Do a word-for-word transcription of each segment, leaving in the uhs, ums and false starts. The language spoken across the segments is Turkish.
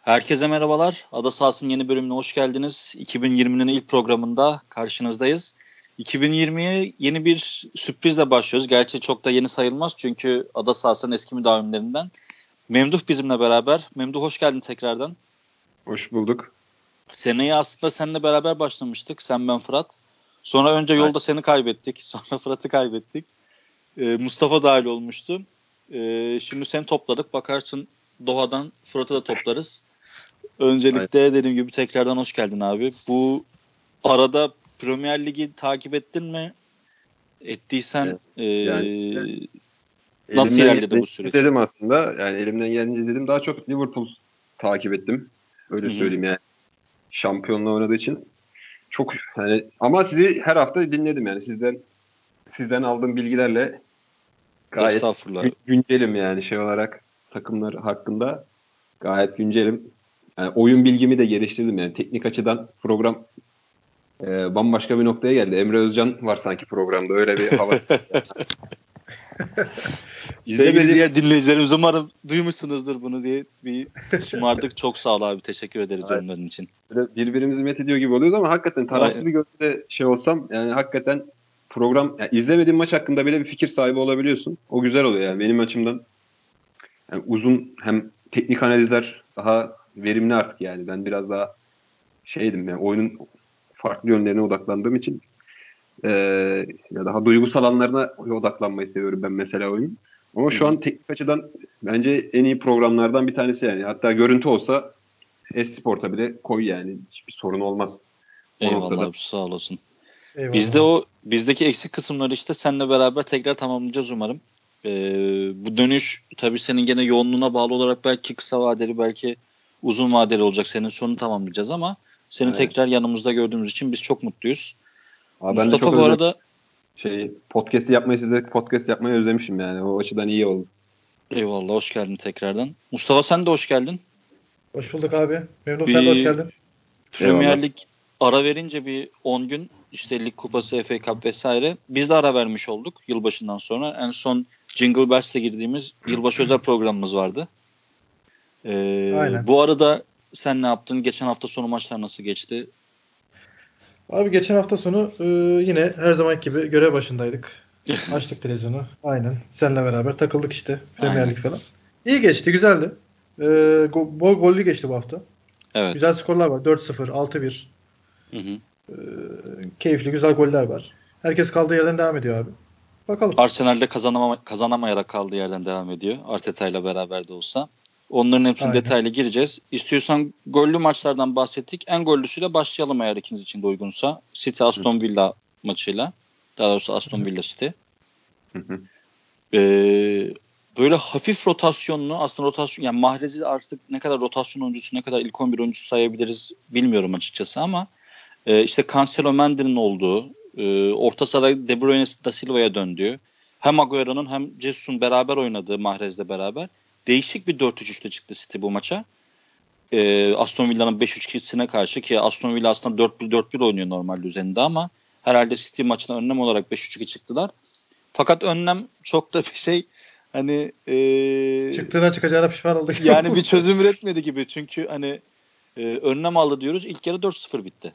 Herkese merhabalar. Ada Sahası'nın yeni bölümüne hoş geldiniz. iki bin yirminin ilk programında karşınızdayız. iki bin yirmiye yeni bir sürprizle başlıyoruz. Gerçi çok da yeni sayılmaz çünkü Ada Sahası'nın eski müdavimlerinden. Memduh bizimle beraber. Memduh hoş geldin tekrardan. Hoş bulduk. Seneye aslında seninle beraber başlamıştık. Sen, ben, Fırat. Sonra önce yolda seni kaybettik. Sonra Fırat'ı kaybettik. Ee, Mustafa dahil olmuştu. Ee, şimdi seni topladık. Bakarsın Doha'dan Fırat'ı da toplarız. Öncelikle Aynen. dediğim gibi tekrardan hoş geldin abi. Bu arada Premier Ligi takip ettin mi? Ettiysen evet. e, yani, nasıl ilerledi bu süreç? İzledim aslında. Yani elimden geldiğince izledim. Daha çok Liverpool takip ettim. Öyle Hı-hı. söyleyeyim yani. Şampiyonluğa oynadığı için. Çok yani ama sizi her hafta dinledim yani. Sizden sizden aldığım bilgilerle gayet gün, güncelim yani şey olarak takımlar hakkında gayet güncelim. Yani oyun bilgimi de geliştirdim yani teknik açıdan program e, bambaşka bir noktaya geldi. Emre Özcan var sanki programda öyle bir hava. Sevgili diğer dinleyicilerimiz umarım duymuşsunuzdur bunu diye bir şımardık. Çok sağ ol abi. Teşekkür ederiz Aynen. onların için. Böyle birbirimizi met ediyor gibi oluyoruz ama hakikaten tarafsız Aynen. bir gözle şey olsam yani hakikaten program yani izlemediğin maç hakkında bile bir fikir sahibi olabiliyorsun. O güzel oluyor yani benim açımdan. Yani uzun hem teknik analizler daha verimli artık yani. Ben biraz daha şeydim yani oyunun farklı yönlerine odaklandığım için ee, ya daha duygusal anlarına odaklanmayı seviyorum ben mesela oyunun. Ama şu Hı-hı. an teknik açıdan bence en iyi programlardan bir tanesi yani. Hatta görüntü olsa Esport'a bile koy yani. Hiçbir sorun olmaz. O Eyvallah noktada. Abi sağ olasın. Eyvallah. Bizde o bizdeki eksik kısımları işte seninle beraber tekrar tamamlayacağız umarım. Ee, bu dönüş tabii senin gene yoğunluğuna bağlı olarak belki kısa vadeli belki uzun vadeli olacak. Senin sonunu tamamlayacağız ama seni evet. tekrar yanımızda gördüğümüz için biz çok mutluyuz. Abi Mustafa ben de çok bu özledim. arada şey podcast yapmayı sizle podcast yapmayı özlemişim yani. O açıdan iyi oldu. Eyvallah hoş geldin tekrardan. Mustafa sen de hoş geldin. Hoş bulduk abi. Memnun sen de hoş geldin. Premier Lig ara verince bir on gün işte Lig Kupası, F A Cup vesaire biz de ara vermiş olduk yılbaşından sonra. En son Jingle Bells'le girdiğimiz yılbaşı özel programımız vardı. Ee, Aynen. Bu arada sen ne yaptın? Geçen hafta sonu maçlar nasıl geçti? Abi geçen hafta sonu e, yine her zaman gibi görev başındaydık. Açtık televizyonu. Aynen. Seninle beraber takıldık işte. Premier Lig falan. İyi geçti. Güzeldi. E, go- bol gollü geçti bu hafta. Evet. Güzel skorlar var. dört sıfır, altı bir. Hı hı. E, keyifli, güzel goller var. Herkes kaldığı yerden devam ediyor abi. Bakalım. Arsenal'de kazanama- kazanamayarak kaldığı yerden devam ediyor. Arteta ile beraber de olsa. Onların hepsini Aynen. detaylı gireceğiz. İstiyorsan gollü maçlardan bahsettik. En gollüsüyle başlayalım eğer ikiniz için de uygunsa. City Aston Villa maçıyla. Daha doğrusu Aston Villa City. Ee, böyle hafif rotasyonlu aslında rotasyon yani Mahrez'i artık ne kadar rotasyon oyuncusu ne kadar ilk on bir oyuncusu sayabiliriz bilmiyorum açıkçası ama e, işte Cancelo Mendy'nin olduğu e, orta sahada De Bruyne Da Silva'ya döndüğü hem Agüero'nun hem Jesus'un beraber oynadığı Mahrez'le beraber değişik bir dört üç üçle çıktı City bu maça. E, Aston Villa'nın beş üç ikisine karşı ki Aston Villa aslında dört bir dört bir oynuyor normalde üzerinde ama herhalde City maçına önlem olarak beş üç iki çıktılar. Fakat önlem çok da bir şey hani e, çıktığına çıkacağına pişman olduk. Yani bir çözüm üretmedi gibi. Çünkü hani e, önlem aldı diyoruz. İlk yarı dört sıfır bitti.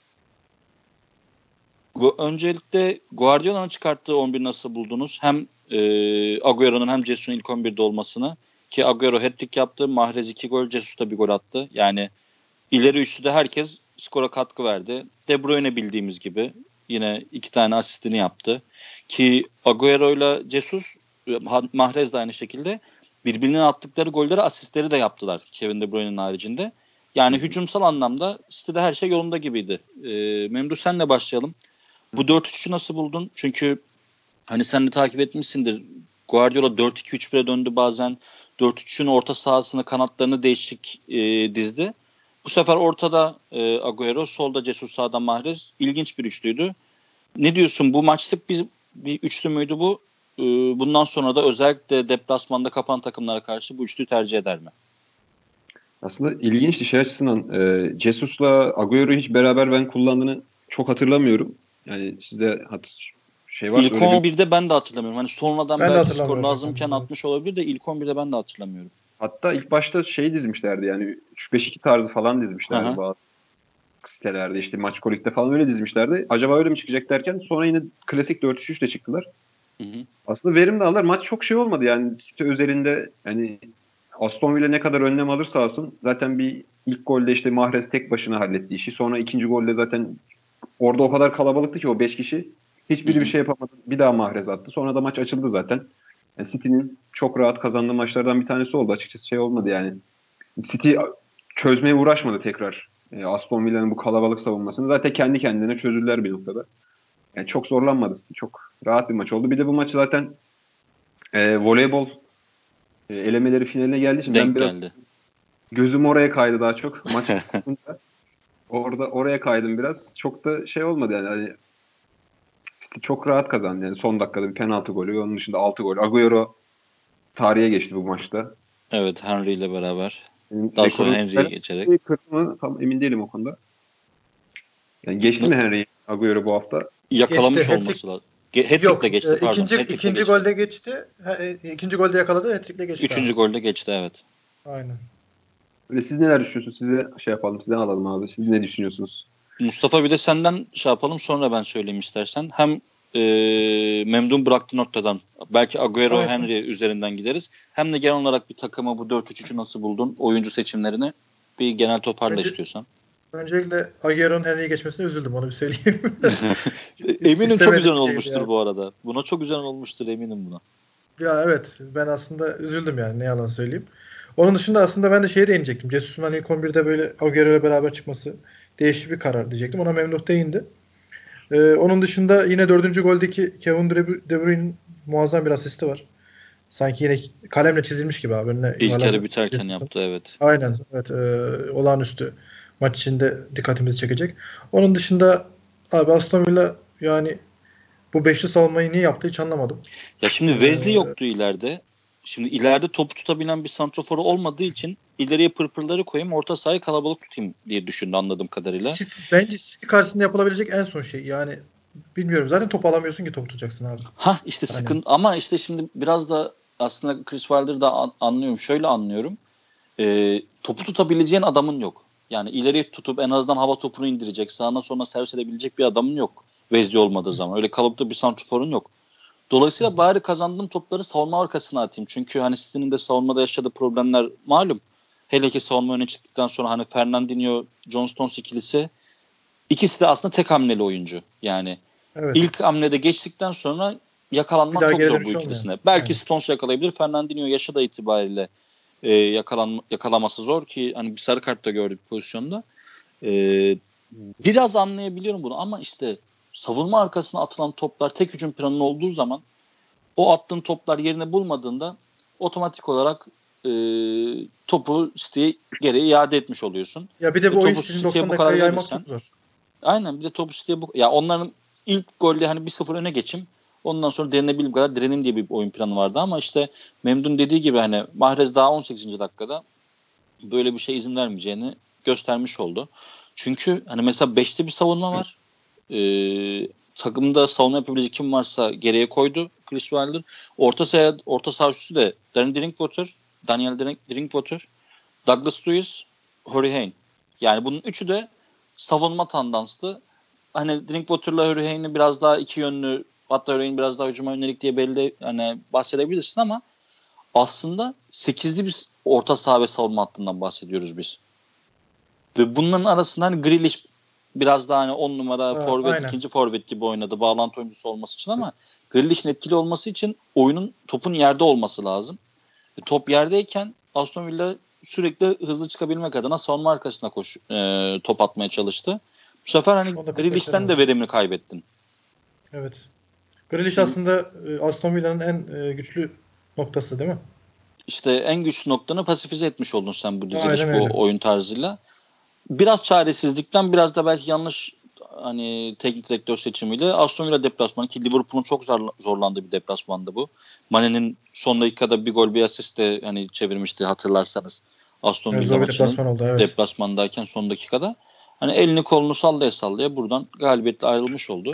Bu öncelikle Guardiola'nın çıkarttığı on bir nasıl buldunuz? Hem e, Agüero'nun hem Jesus'un ilk on birde olmasını ki Agüero hat-trick yaptı. Mahrez iki gol, Jesus da bir gol attı. Yani ileri üçlüde herkes skora katkı verdi. De Bruyne bildiğimiz gibi yine iki tane asistini yaptı. Ki Agüero ile Jesus, Mahrez de aynı şekilde birbirine attıkları golleri asistleri de yaptılar Kevin De Bruyne'nin haricinde. Yani Hı-hı. hücumsal anlamda City'de her şey yolunda gibiydi. Ee, Memduh senle başlayalım. Bu dört üç üçü nasıl buldun? Çünkü hani sen de takip etmişsindir. Guardiola dört iki üç bire döndü bazen. dört üç üçün orta sahasını kanatlarını değişik e, dizdi. Bu sefer ortada e, Agüero, solda Jesus, sağda Mahrez. İlginç bir üçlüydü. Ne diyorsun? Bu maçlık bir, bir üçlü müydü bu? E, bundan sonra da özellikle deplasmanda kapan takımlara karşı bu üçlüyü tercih eder mi? Aslında ilginçti şey açısından. E, Jesus'la Agüero'yu hiç beraber ben kullandığını çok hatırlamıyorum. Yani sizde hat şey var. İlk on birde bir... ben de hatırlamıyorum. Hani sonradan ben belki skor lazımken hocam. atmış olabilir de ilk on birde ben de hatırlamıyorum. Hatta ilk başta şey dizmişlerdi yani üç beş iki tarzı falan dizmişlerdi Hı hı. bazı sitelerde işte Maçkolik'te falan öyle dizmişlerdi. Acaba öyle mi çıkacak derken sonra yine klasik dört üç üç ile çıktılar. Hı hı. Aslında verim de alırlar. Maç çok şey olmadı yani City özelinde yani Aston Villa ne kadar önlem alırsa alsın zaten bir ilk golde işte Mahrez tek başına halletti işi. Sonra ikinci golde zaten orada o kadar kalabalıktı ki o beş kişi hiçbiri Hı bir hı. şey yapamadı. Bir daha Mahrez attı. Sonra da maç açıldı zaten. Yani City'nin çok rahat kazandığı maçlardan bir tanesi oldu. Açıkçası şey olmadı yani. City çözmeye uğraşmadı tekrar. E, Aston Villa'nın bu kalabalık savunmasını. Zaten kendi kendine çözdüler bir noktada. Yani çok zorlanmadı. Çok rahat bir maç oldu. Bir de bu maç zaten e, voleybol e, elemeleri finaline geldi. Şimdi ben Denk biraz geldi. gözüm oraya kaydı daha çok. Maç tutunca orada oraya kaydım biraz. Çok da şey olmadı yani. Hani çok rahat kazandı. Yani son dakikada bir penaltı golü. Onun dışında altı gol. Agüero tarihe geçti bu maçta. Evet, Henry ile beraber. Yani Daha sonra rekoru Henry'yi geçerek. kırdı mı? Tam emin değilim o konuda. Yani geçti mi Henry Agüero bu hafta? Geçti. Yakalamış Hat-trick olması lazım. Ge- Hat-trick'le yok. geçti E, pardon. ikinci Hat-trick'le ikinci geçti. golde geçti. Ha, e, ikinci golde yakaladı. Hat-trick'le geçti abi. Üçüncü golde geçti, evet. Aynen. Öyle siz neler düşünüyorsunuz? Size şey yapalım. Sizden alalım abi. Siz ne düşünüyorsunuz? Mustafa, bir de senden şey yapalım, sonra ben söyleyeyim istersen. Hem e, memnun bıraktı noktadan. Belki Agüero, Aynen. Henry üzerinden gideriz. Hem de genel olarak bir takımı, bu dört üç üçü nasıl buldun? Oyuncu seçimlerini bir genel toparla Önce, istiyorsan. öncelikle Agüero'nun Henry'e geçmesine üzüldüm. Onu bir söyleyeyim. İst- Eminim çok İstemediğim güzel bir şeydi olmuştur yani. bu arada. Buna çok güzel olmuştur, eminim buna. Ya evet. Ben aslında üzüldüm yani. Ne yalan söyleyeyim. Onun dışında aslında ben de şeye değinecektim. Jesus'un hani ilk on birde böyle Agüero'yla beraber çıkması değişik bir karar diyecektim. Ona Memduh değindi. Ee, onun dışında yine dördüncü goldeki Kevin De Bru- De Bruyne'in muazzam bir asisti var. Sanki yine kalemle çizilmiş gibi abi. Önüne İlk yarı yuvarlandı biterken Jesus'un. yaptı, evet. Aynen. Evet. E, olağanüstü. Maç içinde dikkatimizi çekecek. Onun dışında abi Aston Villa yani bu beşli savunmayı niye yaptı hiç anlamadım. Ya şimdi E, Wesley yoktu ileride. Şimdi ileride topu tutabilen bir santraforu olmadığı için ileriye pırpırları koyayım, orta sahayı kalabalık tutayım diye düşündü anladığım kadarıyla. City, bence City karşısında yapılabilecek en son şey. Yani bilmiyorum. Zaten topu alamıyorsun ki topu tutacaksın abi. Ha işte Hani sıkıntı, ama işte şimdi biraz da aslında Chris Wilder'ı da an- anlıyorum. Şöyle anlıyorum. Ee, topu tutabileceğin adamın yok. Yani ileriye tutup en azından hava topunu indirecek, sağına sonra servis edebilecek bir adamın yok. Wesley olmadığı zaman. Öyle kalıpta bir santraforun yok. Dolayısıyla bari kazandığım topları savunma arkasına atayım. Çünkü hani City'nin de savunmada yaşadığı problemler malum. Hele ki savunma öne çıktıktan sonra hani Fernandinho, John Stones ikilisi, ikisi de aslında tek hamleli oyuncu. Yani evet. ilk hamlede geçtikten sonra Bir yakalanmak daha çok geri zor bu dönüş olmuyor. ikilisine. Belki Aynen. Stones yakalayabilir. Fernandinho yaşı da itibariyle e, yakalan, yakalaması zor ki hani bir sarı kart da gördük pozisyonda. E, biraz anlayabiliyorum bunu, ama işte savunma arkasına atılan toplar tek hücum planının olduğu zaman, o attığın toplar yerini bulmadığında otomatik olarak e, topu City'ye geri iade etmiş oluyorsun. Ya bir de E, bu oyun topu stilini City'ye doksan bu kadar dakikaya yaymak verirsen, çok zor. aynen, bir de topu City'ye bu, ya onların ilk golde hani bir sıfır öne geçim, ondan sonra direnebildiğim kadar direnin diye bir oyun planı vardı, ama işte Memdun dediği gibi hani Mahrez daha on sekizinci dakikada böyle bir şey izin vermeyeceğini göstermiş oldu. Çünkü hani mesela beşte bir savunma var. Ee, takımda savunma yapabilecek kim varsa geriye koydu Chris Wilder. Orta saha orta saha üstü de Danny Drinkwater, Daniel Drink, Drinkwater, Douglas Luiz, Harry Kane. Yani bunun üçü de savunma tandanslı. Hani Drinkwater'la Harry Kane'i biraz daha iki yönlü, hatta Harry Kane biraz daha hücuma yönelik diye belli hani bahsedebilirsin, ama aslında sekizli bir orta saha ve savunma hattından bahsediyoruz biz. Ve bunların arasında hani Grealish biraz daha hani on numara Ha, forvet, aynen. ikinci forvet gibi oynadı bağlantı oyuncusu olması için, ama Grealish'in etkili olması için oyunun, topun yerde olması lazım. E, top yerdeyken Aston Villa sürekli hızlı çıkabilmek adına savunma arkasına koş, e, top atmaya çalıştı. Bu sefer hani Onu da pek Grealish'ten de beceremedi. verimini kaybettin. Evet. Grealish Şimdi aslında e, Aston Villa'nın en e, güçlü noktası değil mi? işte en güçlü noktanı pasifize etmiş oldun sen bu Aynen diziliş, öyle. bu oyun tarzıyla. Biraz çaresizlikten, biraz da belki yanlış hani teknik direktör seçimiyle Aston Villa deplasmanı, ki Liverpool'un çok zor, zorlandığı bir deplasmandı bu. Mane'nin son dakikada bir gol bir asist de hani çevirmişti hatırlarsanız Aston Evet, Villa zor bir maçının deplasman oldu evet. deplasmandayken son dakikada. Hani elini kolunu sallaya sallaya buradan galibiyetle ayrılmış oldu.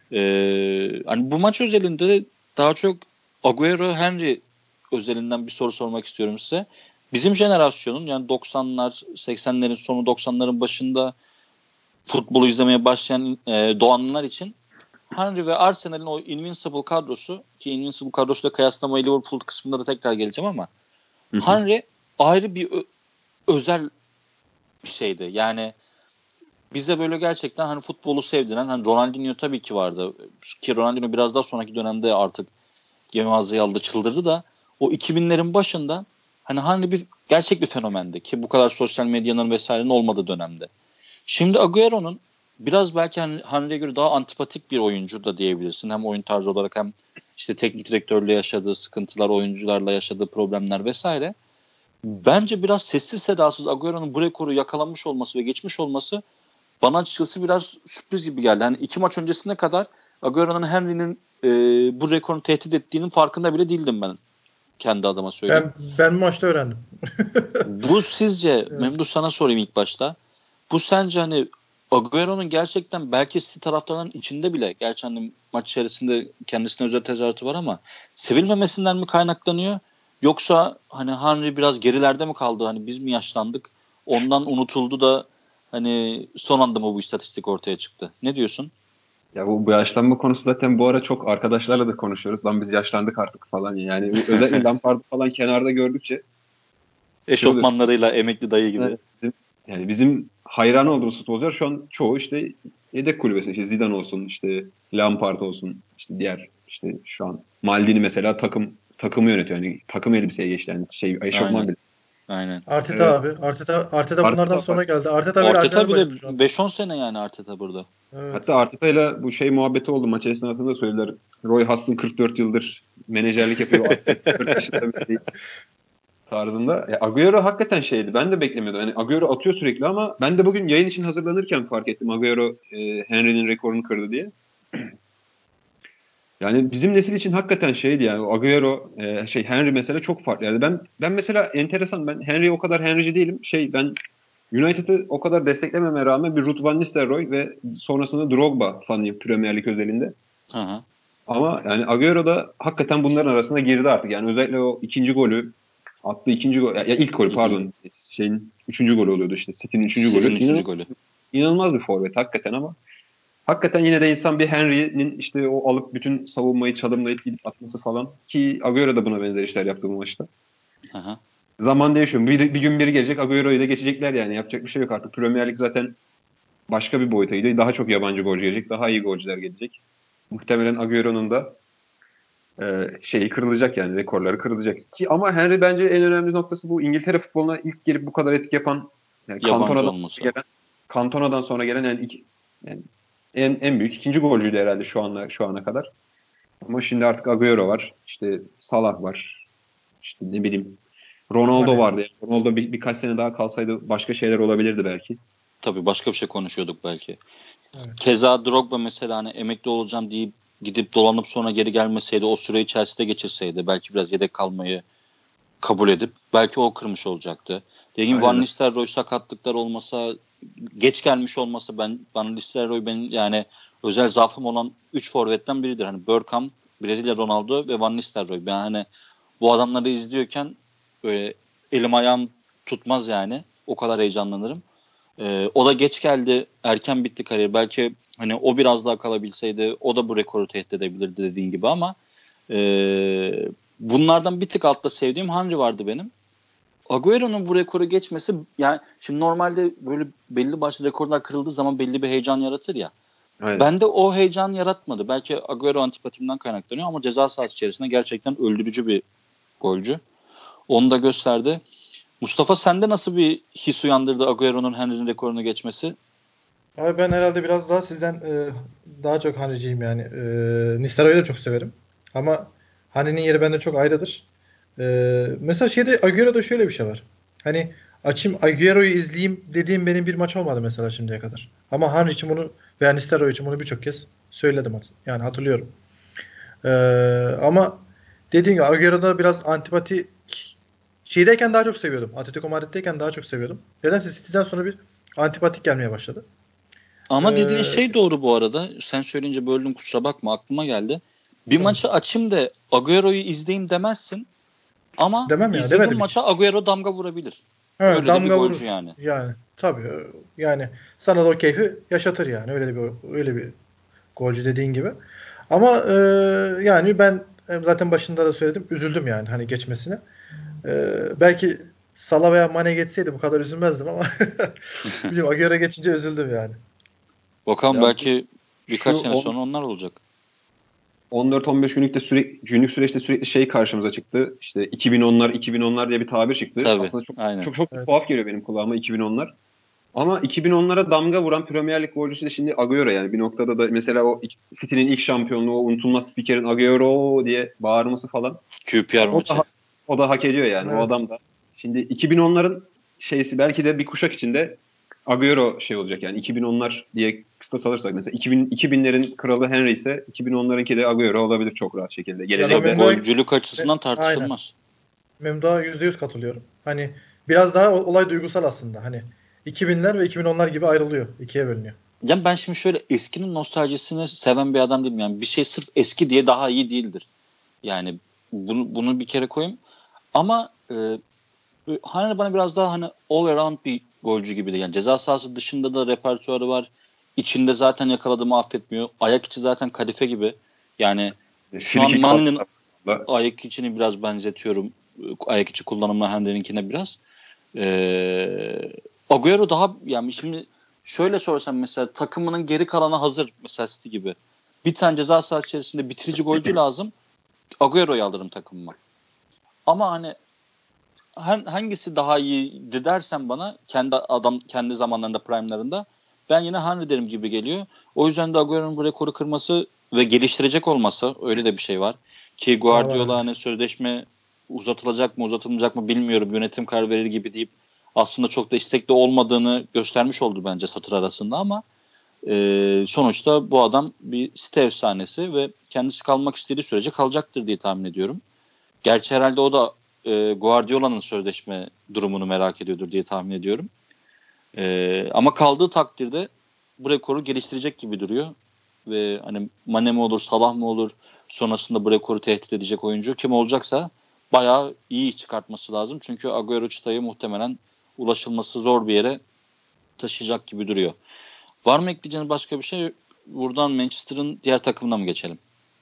Ee, hani bu maç özelinde de daha çok Agüero Henry özelinden bir soru sormak istiyorum size. bizim jenerasyonun yani doksanlar, seksenlerin sonu doksanların başında futbolu izlemeye başlayan e, doğanlar için Henry ve Arsenal'in o Invincible kadrosu, ki Invincible kadrosuyla kıyaslamayı Liverpool kısmında da tekrar geleceğim ama Hı hı. Henry ayrı bir ö- özel bir şeydi. Yani bize böyle gerçekten hani futbolu sevdiren, hani Ronaldinho tabii ki vardı. Ki Ronaldinho biraz daha sonraki dönemde artık gemazayı aldı, çıldırdı da o iki binlerin başında hani Henry bir gerçek bir fenomendi ki bu kadar sosyal medyanın vesairenin olmadığı dönemde. Şimdi Agüero'nun biraz belki hani Henry'e göre daha antipatik bir oyuncu da diyebilirsin. Hem oyun tarzı olarak hem işte teknik direktörle yaşadığı sıkıntılar, oyuncularla yaşadığı problemler vesaire. Bence biraz sessiz sedasız Agüero'nun bu rekoru yakalamış olması ve geçmiş olması bana açıkçası biraz sürpriz gibi geldi. Yani iki maç öncesine kadar Agüero'nun Henry'nin e, bu rekorunu tehdit ettiğinin farkında bile değildim ben. Kendi adıma söyleyeyim. Ben ben maçta öğrendim. Bu sizce, Evet. Memduh sana sorayım ilk başta. Bu sence hani Agüero'nun gerçekten belki City taraftarlarının içinde bile, gerçi hani maç içerisinde kendisine özel tezahüratı var ama sevilmemesinden mi kaynaklanıyor? Yoksa hani Henry biraz gerilerde mi kaldı? Hani biz mi yaşlandık? Ondan unutuldu da hani son anda mı bu istatistik ortaya çıktı? Ne diyorsun? Ya bu, bu yaşlanma konusu zaten bu ara çok arkadaşlarla da konuşuyoruz. Lan biz yaşlandık artık falan. Yani özellikle Lampard'ı falan kenarda gördükçe şey oluyor. Eşofmanlarıyla emekli dayı gibi. Evet, bizim, yani bizim hayran olduğumuz futbolcular şu an çoğu işte yedek kulübesi. İşte Zidane olsun, işte Lampard olsun, işte diğer işte şu an Maldini mesela takım takımı yönetiyor. Yani takım elbiseye geçti. Yani şey eşofman Aynen. bile. Aynen. Arteta Evet. abi. Arteta Arteta bunlardan Arteta var. sonra geldi. Arteta böyle Arteta Arsenal bile bacısı şu anda. beş on sene yani Arteta burada. Evet. Hatta Arteta'yla bu şey muhabbeti oldu. Maç esnasında söylediler. Roy Hodgson kırk dört yıldır menajerlik yapıyor. Arteta kırk dört yaşında bir şey tarzında. Ya Agüero hakikaten şeydi. Ben de beklemiyordum. Yani Agüero atıyor sürekli ama ben de bugün yayın için hazırlanırken fark ettim. Agüero e, Henry'nin rekorunu kırdı diye. Yani bizim nesil için hakikaten şeydi yani. Agüero, e, şey Henry mesela çok farklı. Yani ben ben mesela enteresan. Ben Henry'e o kadar Henry'ci değilim. Şey ben United'ı o kadar desteklememe rağmen bir Ruud van Nistelrooy ve sonrasında Drogba fanıyım Premier Lig özelinde. Hı hı. Ama yani Agüero da hakikaten bunların arasına girdi artık. Yani özellikle o ikinci golü attığı ikinci gol, ya ilk golü pardon, şeyin üçüncü golü oluyordu işte. City'nin üçüncü golü. City'nin üçüncü İnan, golü. inanılmaz bir forvet hakikaten ama hakikaten yine de insan bir Henry'nin işte o alıp bütün savunmayı çalımlayıp gidip atması falan ki Agüero da buna benzer işler yaptı bu maçta. Hı hı. Zaman değişiyor. Bir, bir gün biri gelecek Agüero'yu da geçecekler yani. Yapacak bir şey yok artık. Premier Lig zaten başka bir boyutaydı. Daha çok yabancı golcü gelecek. Daha iyi golcüler gelecek. Muhtemelen Agüero'nun da e, şeyi kırılacak yani. Rekorları kırılacak. Ki ama Henry bence en önemli noktası bu. İngiltere futboluna ilk gelip bu kadar etki yapan yani Yabancı Cantona'dan olması. gelen Cantona'dan sonra gelen yani, iki, yani en en büyük ikinci golcüydü herhalde şu ana şu ana kadar. Ama şimdi artık Agüero var. İşte Salah var. İşte ne bileyim Ronaldo Mane. vardı. Yani Ronaldo bir, birkaç sene daha kalsaydı başka şeyler olabilirdi belki. Tabii başka bir şey konuşuyorduk belki. Evet. Keza Drogba mesela hani emekli olacağım deyip gidip dolanıp sonra geri gelmeseydi, o süreyi Chelsea'de geçirseydi belki biraz yedek kalmayı kabul edip belki o kırmış olacaktı. Dediğim gibi Van Aynen. Nistelrooy sakatlıklar olmasa, geç gelmiş olmasa, ben Van Nistelrooy benim yani özel zaafım olan üç forvetten biridir. Hani Bergkamp, Brezilya Ronaldo ve Van Nistelrooy. Ben hani bu adamları izliyorken böyle elim ayağım tutmaz yani. O kadar heyecanlanırım. Ee, o da geç geldi. Erken bitti kariyer. Belki hani o biraz daha kalabilseydi o da bu rekoru tehdit edebilirdi dediğin gibi ama e, bunlardan bir tık altta sevdiğim Henry vardı benim. Agüero'nun bu rekoru geçmesi, yani şimdi normalde böyle belli başlı rekorlar kırıldığı zaman belli bir heyecan yaratır ya. Aynen. Bende o heyecan yaratmadı. Belki Agüero antipatimden kaynaklanıyor ama ceza sahası içerisinde gerçekten öldürücü bir golcü. Onu da gösterdi. Mustafa, sende nasıl bir his uyandırdı Agüero'nun Henry'nin rekorunu geçmesi? Abi ben herhalde biraz daha sizden e, daha çok Hani'ciyim yani. E, Nistelrooy'u da çok severim. Ama Hani'nin yeri bende çok ayrıdır. E, mesela şeyde Agüero'da şöyle bir şey var. Hani açayım Agüero'yu izleyeyim dediğim benim bir maç olmadı mesela şimdiye kadar. Ama Hani için bunu veya Nistelrooy için bunu birçok kez söyledim. Yani hatırlıyorum. E, ama dediğim gibi Agüero'da biraz antipatik şeydeyken daha çok seviyordum. Atletico Madrid'deyken daha çok seviyordum. Nedense City'den sonra bir antipatik gelmeye başladı. Ama dediğin Ee, şey doğru bu arada. Sen söyleyince böldüm, kusura bakma, aklıma geldi. Bir tamam. maçı açayım da Agüero'yu izleyeyim demezsin. Ama Demem ya, izlediğim demedim maça hiç. Agüero damga vurabilir. He, Öyle de bir damga golcü vurur. yani. Yani tabii yani sana da o keyfi yaşatır yani. Öyle bir öyle bir golcü dediğin gibi. Ama e, yani ben zaten başında da söyledim. Üzüldüm yani hani geçmesine. E, belki Salah veya Mane geçseydi bu kadar üzülmezdim ama bilmiyorum, Agüero geçince üzüldüm yani. Bakalım Ya belki birkaç şu sene on, sonra onlar olacak. on dört on beş günlükte sürekli günlük süreçte sürekli şey karşımıza çıktı. İşte iki bin onlar iki bin onlar diye bir tabir çıktı. Tabii. Aslında çok Aynen. çok çok Evet. tuhaf geliyor benim kulağıma iki bin onlar. Ama iki bin onlara damga vuran Premier Lig golcüsü de şimdi Agüero yani. Bir noktada da mesela o City'nin ilk şampiyonluğu, o unutulmaz spikerin Agüero diye bağırması falan. Q P R O maçı. da o da hak ediyor yani. O Evet. adam da. Şimdi iki bin onların şeysi belki de bir kuşak içinde Agüero şey olacak yani iki bin onlar diye kıstas alırsak mesela iki bin iki binlerin kralı Henry ise iki bin onlarınki de Agüero olabilir çok rahat şekilde. Ya ben Gelecekte Memduh'a Golcülük açısından me- aynen. tartışılmaz. Memduh'a yüzde yüz katılıyorum. Hani biraz daha olay duygusal aslında. Hani iki binler ve iki bin onlar gibi ayrılıyor. İkiye bölünüyor. Yani ben şimdi şöyle eskinin nostaljisini seven bir adam değilim. Yani bir şey sırf eski diye daha iyi değildir. Yani bunu, bunu bir kere koyayım. Ama e, hani bana biraz daha hani all around bir golcü gibi de. Yani ceza sahası dışında da repertuarı var. İçinde zaten yakaladığımı affetmiyor. Ayak içi zaten kadife gibi. Yani şu an Friki Mane'nin kaldı. ayak içini biraz benzetiyorum. Ayak içi kullanımla Henry'ninkine biraz. Ee, Agüero daha yani şimdi şöyle sorsam mesela takımının geri kalanı hazır mesela City gibi. Bir tane ceza sahası içerisinde bitirici golcü lazım. Agüero'yu alırım takımıma. Ama hani hangisi daha iyiydi dersen bana kendi adam kendi zamanlarında prime'larında ben yine Henry derim gibi geliyor. O yüzden de Agüero'nun bu rekoru kırması ve geliştirecek olması öyle de bir şey var. Ki Daha var, Guardiola evet. hani sözleşme uzatılacak mı uzatılmayacak mı bilmiyorum yönetim karar verir gibi deyip aslında çok da istekli olmadığını göstermiş oldu bence satır arasında ama e, sonuçta bu adam bir site efsanesi ve kendisi kalmak istediği sürece kalacaktır diye tahmin ediyorum. Gerçi herhalde o da e, Guardiola'nın sözleşme durumunu merak ediyordur diye tahmin ediyorum. E, ama kaldığı takdirde bu rekoru geliştirecek gibi duruyor. Ve hani Mane mi olur, Salah mı olur, sonrasında bu rekoru tehdit edecek oyuncu kim olacaksa bayağı iyi çıkartması lazım. Çünkü Agüero çıtayı muhtemelen ulaşılması zor bir yere taşıyacak gibi duruyor. Var mı ekleyeceğiniz başka bir şey? Buradan Manchester'ın diğer takımına mı geçelim?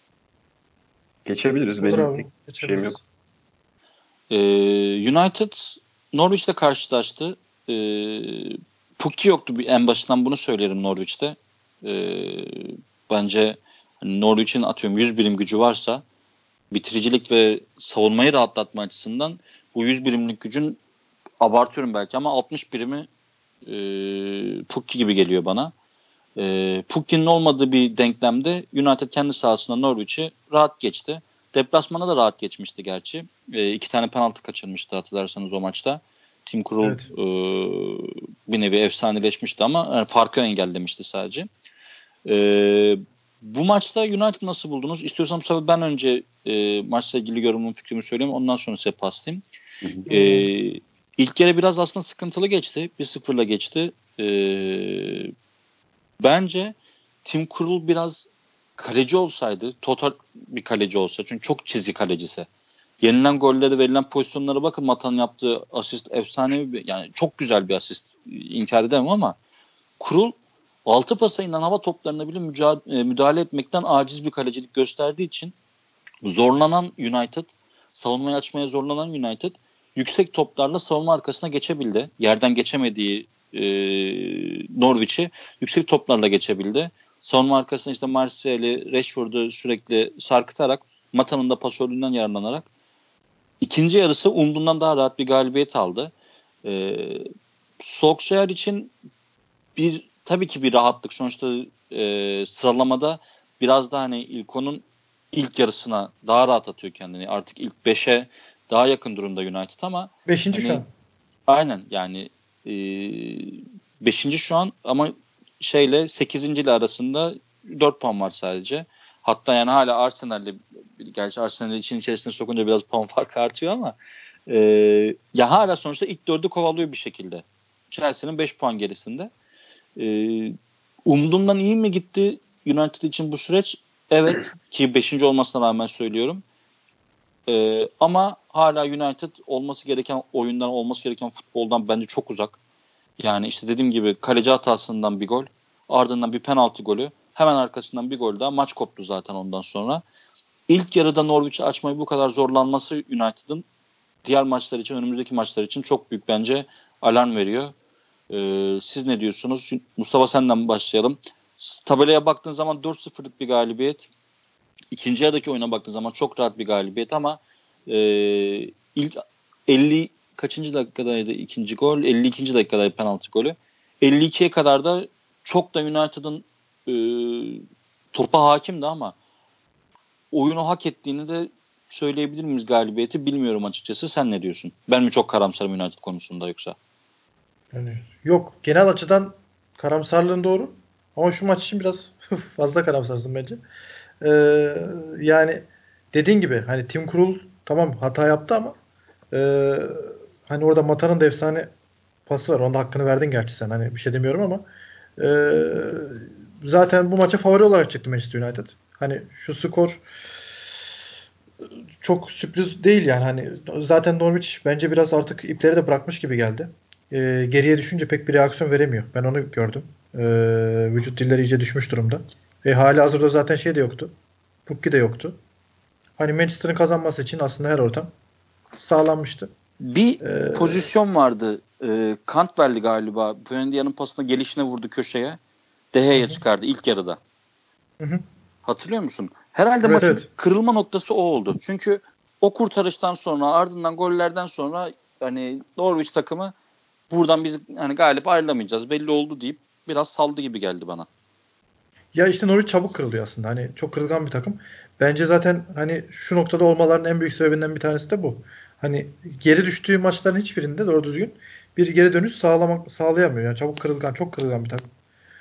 Geçebiliriz. Olur Benim abi. pek şeyim yok. Geçebiliriz. Ee, United Norwich'le karşılaştı. Ee, Pukki yoktu en başından bunu söylerim Norwich'te. Ee, bence hani Norwich'in atıyorum yüz birim gücü varsa bitiricilik ve savunmayı rahatlatma açısından bu yüz birimlik gücün abartıyorum belki ama altmış birimi e, Pukki gibi geliyor bana. E, Pukki'nin olmadığı bir denklemde United kendi sahasında Norwich'i rahat geçti. Deplasmana da rahat geçmişti gerçi. E, iki tane penaltı kaçırmıştı hatırlarsanız o maçta. Tim Krul Evet. e, bir nevi efsaneleşmişti ama yani farkı engellemişti sadece. E, bu maçta United nasıl buldunuz? İstiyorsam tabii ben önce e, maçla ilgili yorumumu fikrimi söyleyeyim. Ondan sonra size paslayayım. Hı hı. E, ilk yarı biraz aslında sıkıntılı geçti. bir sıfırla geçti. E, bence Tim Krul biraz kaleci olsaydı, total bir kaleci olsa çünkü çok çizgi kalecisi. Yenilen golleri verilen pozisyonlara bakın Mata'nın yaptığı asist efsanevi bir, yani çok güzel bir asist inkar edemem ama Krul altı pasa inen hava toplarına bile mücadele, müdahale etmekten aciz bir kalecilik gösterdiği için zorlanan United, savunmayı açmaya zorlanan United yüksek toplarla savunma arkasına geçebildi. Yerden geçemediği e, Norwich'i yüksek toplarla geçebildi. Savunma arkasına işte Martial'i, Rashford'u sürekli sarkıtarak Mata'nın da pasörlüğünden yararlanarak ikinci yarısı umduğundan daha rahat bir galibiyet aldı. E, Solskjaer için bir tabii ki bir rahatlık. Sonuçta e, sıralamada biraz da hani İlko'nun ilk yarısına daha rahat atıyor kendini. Artık ilk beşe daha yakın durumda United ama Beşinci şu hani an. aynen yani e, beşinci şu an ama şeyle sekizinci ile arasında dört puan var sadece. Hatta yani hala Arsenal'le gerçi Arsenal'i için içerisine sokunca biraz puan farkı artıyor ama e, ya hala sonuçta ilk dördü kovalıyor bir şekilde. Chelsea'nin beş puan gerisinde. Ee, umduğumdan iyi mi gitti United için bu süreç? Evet ki beşinci olmasına rağmen söylüyorum. Ee, ama hala United olması gereken oyundan, olması gereken futboldan bence çok uzak. Yani işte dediğim gibi kaleci hatasından bir gol, ardından bir penaltı golü, hemen arkasından bir gol daha, maç koptu zaten ondan sonra. İlk yarıda Norwich'i açmayı bu kadar zorlanması United'ın diğer maçlar için, önümüzdeki maçlar için çok büyük bence alarm veriyor. Ee, siz ne diyorsunuz? Mustafa, senden başlayalım. Tabelaya baktığın zaman dört sıfırlık bir galibiyet. İkinci yarıdaki oyuna baktığın zaman çok rahat bir galibiyet ama e, ilk elli kaçıncı dakikadaydı ikinci gol? elli ikinci dakikadaydı penaltı golü. elli ikiye kadar da çok da United'ın e, topa hakimdi ama oyunu hak ettiğini de söyleyebilir miyiz galibiyeti? Bilmiyorum açıkçası. Sen ne diyorsun? Ben mi çok karamsarım United konusunda yoksa? Yani yok. Genel açıdan karamsarlığın doğru. Ama şu maç için biraz fazla karamsarsın bence. Ee, yani dediğin gibi hani Tim Krul tamam hata yaptı ama e, hani orada Mata'nın da efsane pası var. Onda hakkını verdin gerçi sen. Hani bir şey demiyorum ama e, zaten bu maça favori olarak çıktı Manchester United. Hani şu skor çok sürpriz değil yani. Hani zaten Norwich bence biraz artık ipleri de bırakmış gibi geldi. E, geriye düşünce pek bir reaksiyon veremiyor. Ben onu gördüm. E, vücut dilleri iyice düşmüş durumda. E, hali hazırda zaten şey de yoktu. Pukki de yoktu. Hani Manchester'ın kazanması için aslında her ortam sağlanmıştı. Bir Ee, pozisyon vardı. E, Cantwell'di galiba. Buendia'nın pasına gelişine vurdu köşeye. De hı Gea'ya hı, çıkardı ilk yarıda. hı hı. Hatırlıyor musun? Herhalde Evet maçın evet. kırılma noktası o oldu. Çünkü o kurtarıştan sonra, ardından gollerden sonra hani Norwich takımı buradan biz hani galip ayrılamayacağız belli oldu deyip biraz saldı gibi geldi bana. Ya işte Norwich çabuk kırılıyor aslında. Hani çok kırılgan bir takım. Bence zaten hani şu noktada olmalarının en büyük sebebinden bir tanesi de bu. Hani geri düştüğü maçların hiçbirinde doğru düzgün bir geri dönüş sağlamak sağlayamıyor. Yani çabuk kırılgan, çok kırılgan bir takım.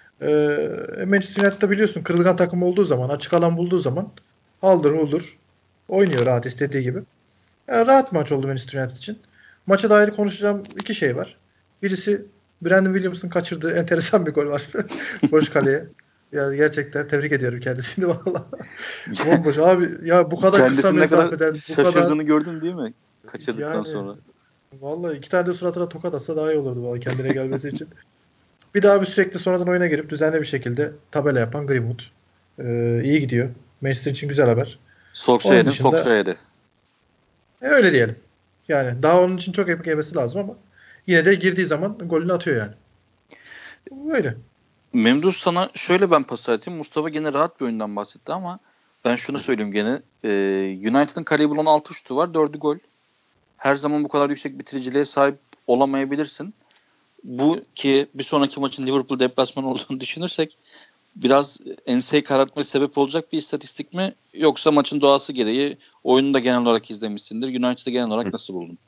Ee, Manchester United'da biliyorsun kırılgan takım olduğu zaman, açık alan bulduğu zaman haldır huldur oynuyor rahat istediği gibi. Yani rahat maç oldu Manchester United için. Maça dair konuşacağım iki şey var. Birisi Brandon Williams'ın kaçırdığı enteresan bir gol var. Boş kaleye. Ya gerçekten tebrik ediyorum kendisini valla. Bomboş abi ya bu kadar kısa Kendisinin ne kadar mesafeden bu kadar şaşırdığını gördün değil mi? Kaçırdıktan yani sonra. vallahi iki tane de suratına tokat atsa daha iyi olurdu vallahi kendine gelmesi için. Bir daha bir sürekli sonradan oyuna girip düzenli bir şekilde tabela yapan Greenwood. Ee, iyi gidiyor. Manchester için güzel haber. Onun Solskjaer'in dışında Solskjaer'i. E, öyle diyelim. Yani daha onun için çok emek yemesi lazım ama yine de girdiği zaman golünü atıyor yani. Öyle. Memduh, sana şöyle ben pas atayım. Mustafa gene rahat bir oyundan bahsetti ama ben şunu söyleyeyim gene. E, United'ın kaleye bulan altı şutu var. dördü gol. Her zaman bu kadar yüksek bitiriciliğe sahip olamayabilirsin. Bu ki bir sonraki maçın Liverpool deplasmanı olduğunu düşünürsek biraz enseyi karartmaya sebep olacak bir istatistik mi? Yoksa maçın doğası gereği oyunu da genel olarak izlemişsindir. United'ı genel olarak nasıl buldun?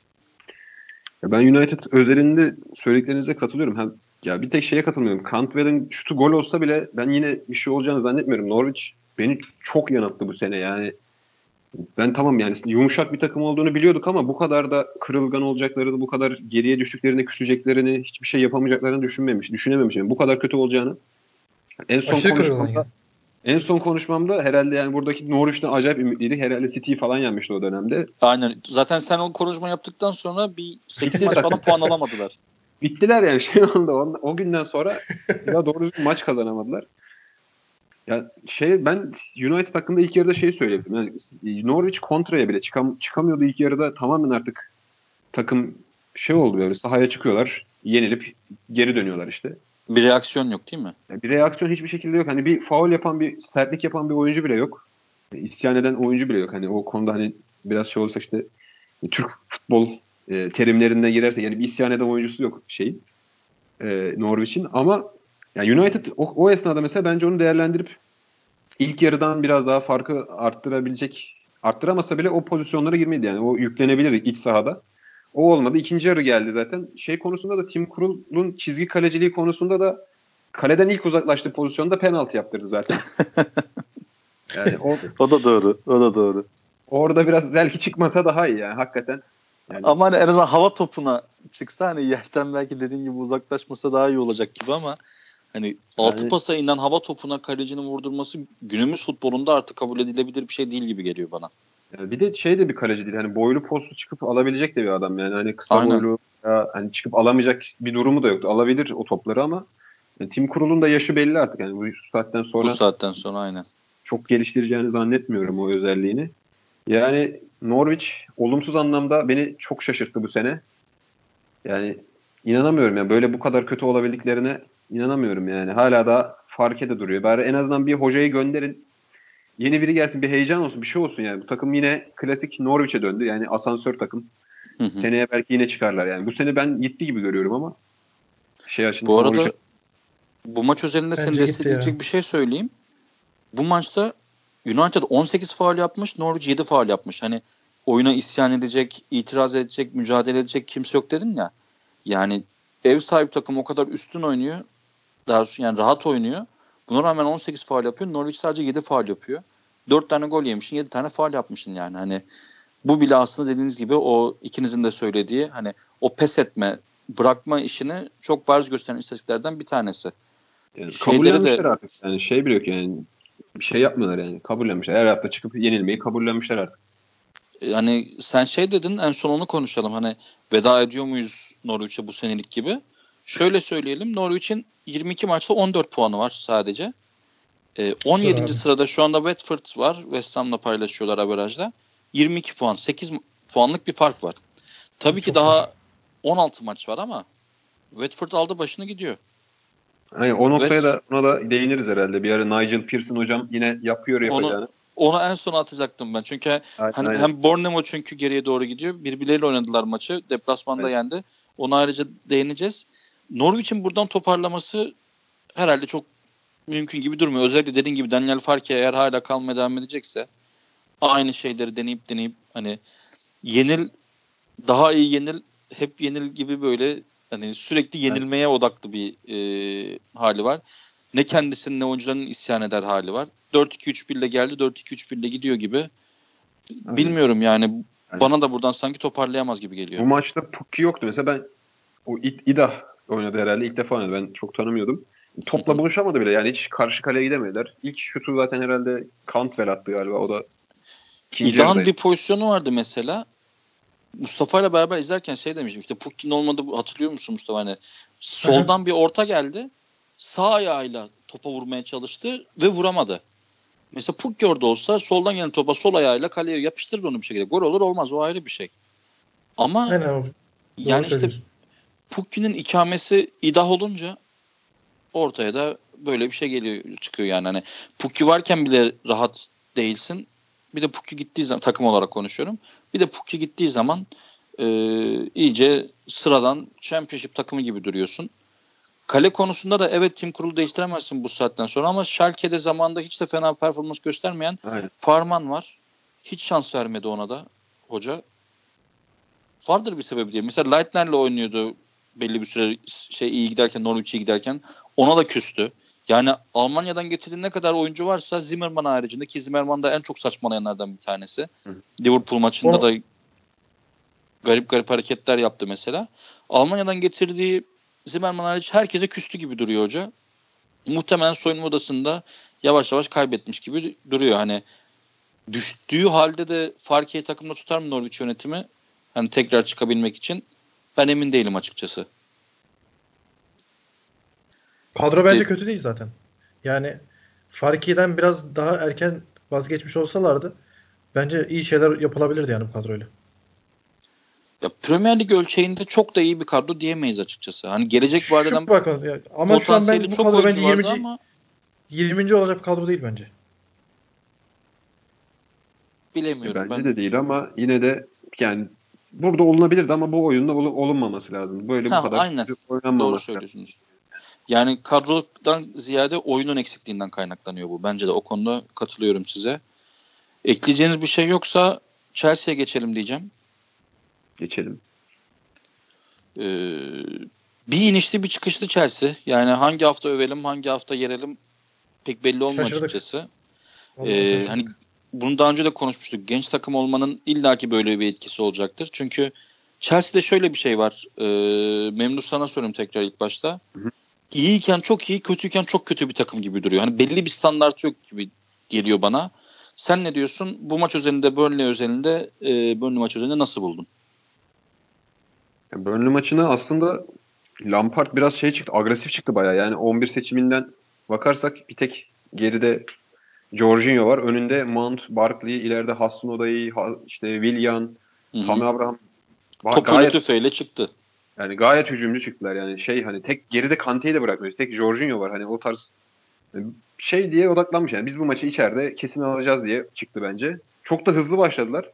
Ya ben United özelinde söylediklerinize katılıyorum. Hem ya bir tek şeye katılmıyorum. Cantwell'in şutu gol olsa bile ben yine bir şey olacağını zannetmiyorum. Norwich beni çok yanılttı bu sene. Yani ben tamam yani yumuşak bir takım olduğunu biliyorduk ama bu kadar da kırılgan olacaklarını, bu kadar geriye düştüklerini, küseceklerini, hiçbir şey yapamayacaklarını düşünmemiş, düşünememişim. Bu kadar kötü olacağını. En son Aşırı kırılgan konuşmamda ya. en son konuşmamda herhalde yani buradaki Norwich'ten acayip ümitliydik. Herhalde City'yi falan yenmişti o dönemde. Aynen. Zaten sen o konuşma yaptıktan sonra bir sekiz Bitti maç falan zaten. puan alamadılar. Bittiler yani şey oldu. O, o günden sonra bir daha doğru düzgün maç kazanamadılar. Ya şey ben United hakkında ilk yarıda şey söyledim. Yani Norwich kontraya bile çıkam, çıkamıyordu ilk yarıda. Tamamen artık takım şey oldu böyle sahaya çıkıyorlar. Yenilip geri dönüyorlar işte. Bir reaksiyon yok değil mi? Yani bir reaksiyon hiçbir şekilde yok. Hani bir faul yapan, bir sertlik yapan bir oyuncu bile yok. Yani isyan eden oyuncu bile yok. Hani o konuda hani biraz şey olursa işte Türk futbol e, terimlerine girerse yani bir isyan eden oyuncusu yok şeyin e, Norwich'in ama yani United o, o esnada mesela bence onu değerlendirip ilk yarıdan biraz daha farkı arttırabilecek, arttıramasa bile o pozisyonlara girmedi yani. O yüklenebilir iç sahada. O olmadı. İkinci yarı geldi zaten. Şey konusunda da Tim Krul'un çizgi kaleciliği konusunda da kaleden ilk uzaklaştığı pozisyonda penaltı yaptırdı zaten. Yani o O da doğru. O da doğru. orada biraz belki çıkmasa daha iyi yani hakikaten. Yani Ama hani en azından hava topuna çıksa hani yerden belki dediğin gibi uzaklaşmasa daha iyi olacak gibi ama hani altı yani pasa inen hava topuna kalecinin vurdurması günümüz futbolunda artık kabul edilebilir bir şey değil gibi geliyor bana. Yani bir de şey de bir kaleci değil. Hani boylu postu çıkıp alabilecek de bir adam yani. Hani kısa Aynen. boylu ya, hani çıkıp alamayacak bir durumu da yoktu. Alabilir o topları ama yani Tim Krul'un da yaşı belli artık. Yani bu saatten Bu sonra saatten sonra aynen. çok geliştireceğini zannetmiyorum o özelliğini. Yani Norwich olumsuz anlamda beni çok şaşırttı bu sene. Yani inanamıyorum ya. Böyle bu kadar kötü olabildiklerine inanamıyorum yani. Hala da fark de duruyor. Bari en azından bir hocayı gönderin. Yeni biri gelsin, bir heyecan olsun, bir şey olsun yani. Bu takım yine klasik Norwich'e döndü. Yani asansör takım. Hı hı. Seneye belki yine çıkarlar yani. Bu sene ben gitti gibi görüyorum ama şey açın Bu Norwich. arada bu maç özelinde seni Bence gitti ya. destekleyecek bir şey söyleyeyim. Bu maçta United on sekiz faul yapmış, Norwich yedi faul yapmış. Hani oyuna isyan edecek, itiraz edecek, mücadele edecek kimse yok dedin ya. Yani ev sahibi takım o kadar üstün oynuyor. Daha doğrusu yani rahat oynuyor. Buna rağmen on sekiz faul yapıyor. Norwich sadece yedi faul yapıyor. dört tane gol yemişsin, yedi tane faul yapmışsın yani. Hani bu bile aslında dediğiniz gibi o ikinizin de söylediği hani o pes etme, bırakma işini çok bariz gösteren istatistiklerden bir tanesi. Yani Şeyleri de kabullenmişler artık. Yani şey bile yok yani. Bir şey yapmıyorlar yani. Kabullenmişler. Her hafta çıkıp yenilmeyi kabullenmişler artık. yani sen şey dedin, en son onu konuşalım. Hani veda ediyor muyuz Norwich'e bu senelik gibi? Şöyle söyleyelim. Norwich'in yirmi iki maçta on dört puanı var sadece. Ee, Güzel on yedinci abi. sırada şu anda Watford var. West Ham'la paylaşıyorlar averajda. yirmi iki puan. sekiz puanlık bir fark var. Tabii ki Çok var. daha on altı maç var ama Watford aldı başını gidiyor. Hani o noktaya West da ona da değiniriz herhalde. Bir ara Nigel Pearson hocam yine yapıyor onu yapacağını. onu en sona atacaktım ben. Çünkü Aynen hani aynen. hem Bournemouth çünkü geriye doğru gidiyor. Birbirleriyle oynadılar maçı. Deplasmanda Aynen. yendi. Ona ayrıca değineceğiz. Norwich'in buradan toparlaması herhalde çok mümkün gibi durmuyor. Özellikle dediğin gibi Daniel Farke eğer hala kalmaya devam edecekse aynı şeyleri deneyip deneyip hani yenil, daha iyi yenil, hep yenil gibi böyle hani sürekli Aynen. yenilmeye odaklı bir e, hali var. Ne kendisinin ne oyuncularının isyan eder hali var. dört iki üç bir ile geldi, dört iki üç bir ile gidiyor gibi. Aynen. Bilmiyorum yani, Yani bana da buradan sanki toparlayamaz gibi geliyor. bu maçta Pukki yoktu. Mesela ben o İ- İdah oynadı herhalde. İlk defa oynadı. Ben çok tanımıyordum. Topla buluşamadı bile. Yani hiç karşı kaleye gidemediler. İlk şutu zaten herhalde Cantwell attı galiba. O da ikinci İdah'ın yarıdaydı. bir pozisyonu vardı mesela. Mustafa ile beraber izlerken şey demiştim, işte Pukki'nin olmadı, hatırlıyor musun Mustafa? Hani Aha. soldan bir orta geldi. Sağ ayağıyla topa vurmaya çalıştı ve vuramadı. Mesela Pukki orada olsa soldan gelen topa sol ayağıyla kaleye yapıştırır onu bir şekilde. Gol olur olmaz, o ayrı bir şey. Ama Aynen abi. Doğru yani işte söylüyorsun. Pukki'nin ikamesi İdah olunca ortaya da böyle bir şey geliyor, çıkıyor yani. Hani Pukki varken bile rahat değilsin. Bir de Pukki gittiği zaman, takım olarak konuşuyorum. Bir de Pukki gittiği zaman e, iyice sıradan Championship takımı gibi duruyorsun. Kale konusunda da evet, tim kurulu değiştiremezsin bu saatten sonra ama Schalke'de zamanında hiç de fena performans göstermeyen Aynen. Farman var. Hiç şans vermedi ona da hoca. Vardır bir sebebi diye. Mesela Leitner'le oynuyordu belli bir süre, şey iyi giderken, Norwich'e giderken. Ona da küstü. Yani Almanya'dan getirdiği ne kadar oyuncu varsa Zimmerman haricinde, ki Zimmerman da en çok saçmalayanlardan bir tanesi. Hı. Liverpool maçında O da garip garip hareketler yaptı mesela. Almanya'dan getirdiği Zimmerman hariç herkese küstü gibi duruyor hoca. Muhtemelen soyunma odasında yavaş yavaş kaybetmiş gibi duruyor. Hani düştüğü halde de Farke'yi takımda tutar mı Norwich yönetimi? Hani tekrar çıkabilmek için ben emin değilim açıkçası. kadro De, bence kötü değil zaten. Yani Farki'den biraz daha erken vazgeçmiş olsalardı bence iyi şeyler yapılabilirdi yani bu kadroyla. ya Premier Lig ölçeğinde çok da iyi bir kadro diyemeyiz açıkçası. Hani gelecek Şu vadeden bakın ya, ama şu an potansiyeli ben bu çok kadro bence oyuncu vardı yirminci ama yirminci olacak bir kadro değil bence. E, bilemiyorum bence ben. de değil ama yine de yani burada olunabilirdi ama bu oyunda ol- olunmaması lazım. Böyle bu Ha, kadar aynen. Doğru oynanmaması lazım. söylüyorsunuz. Yani kadrodan ziyade oyunun eksikliğinden kaynaklanıyor bu. Bence de o konuda katılıyorum size. Ekleyeceğiniz bir şey yoksa Chelsea'ye geçelim diyeceğim. Geçelim. Ee, bir inişli bir çıkışlı Chelsea. Yani hangi hafta övelim, hangi hafta yerelim pek belli olmuyor Şaşırdık. açıkçası. Vallahi Ee, hani şaşırdık. bunu daha önce de konuşmuştuk. Genç takım olmanın illaki böyle bir etkisi olacaktır. Çünkü Chelsea'de şöyle bir şey var. Ee, Memduh, sana sorayım tekrar ilk başta. Hı hı. İyiyken çok iyi, kötüyken çok kötü bir takım gibi duruyor. Hani belli bir standart yok gibi geliyor bana. Sen ne diyorsun? Bu maç özelinde, Burnley özelinde, e, Burnley maç özelinde nasıl buldun? Ya Burnley maçına aslında Lampard biraz şey çıktı, agresif çıktı bayağı. Yani on bir seçiminden bakarsak bir tek geride Jorginho var. Önünde Mount, Barkley, ileride Hudson Odoi, işte Willian, Tammy Abraham. Topunu Gayet, tüfeğiyle çıktı. yani gayet hücumcu çıktılar. Yani şey hani tek geride Kante'yi de bırakmıyoruz. Tek Jorginho var. Hani o tarz şey diye odaklanmış. Yani biz bu maçı içeride kesin alacağız diye çıktı bence. Çok da hızlı başladılar.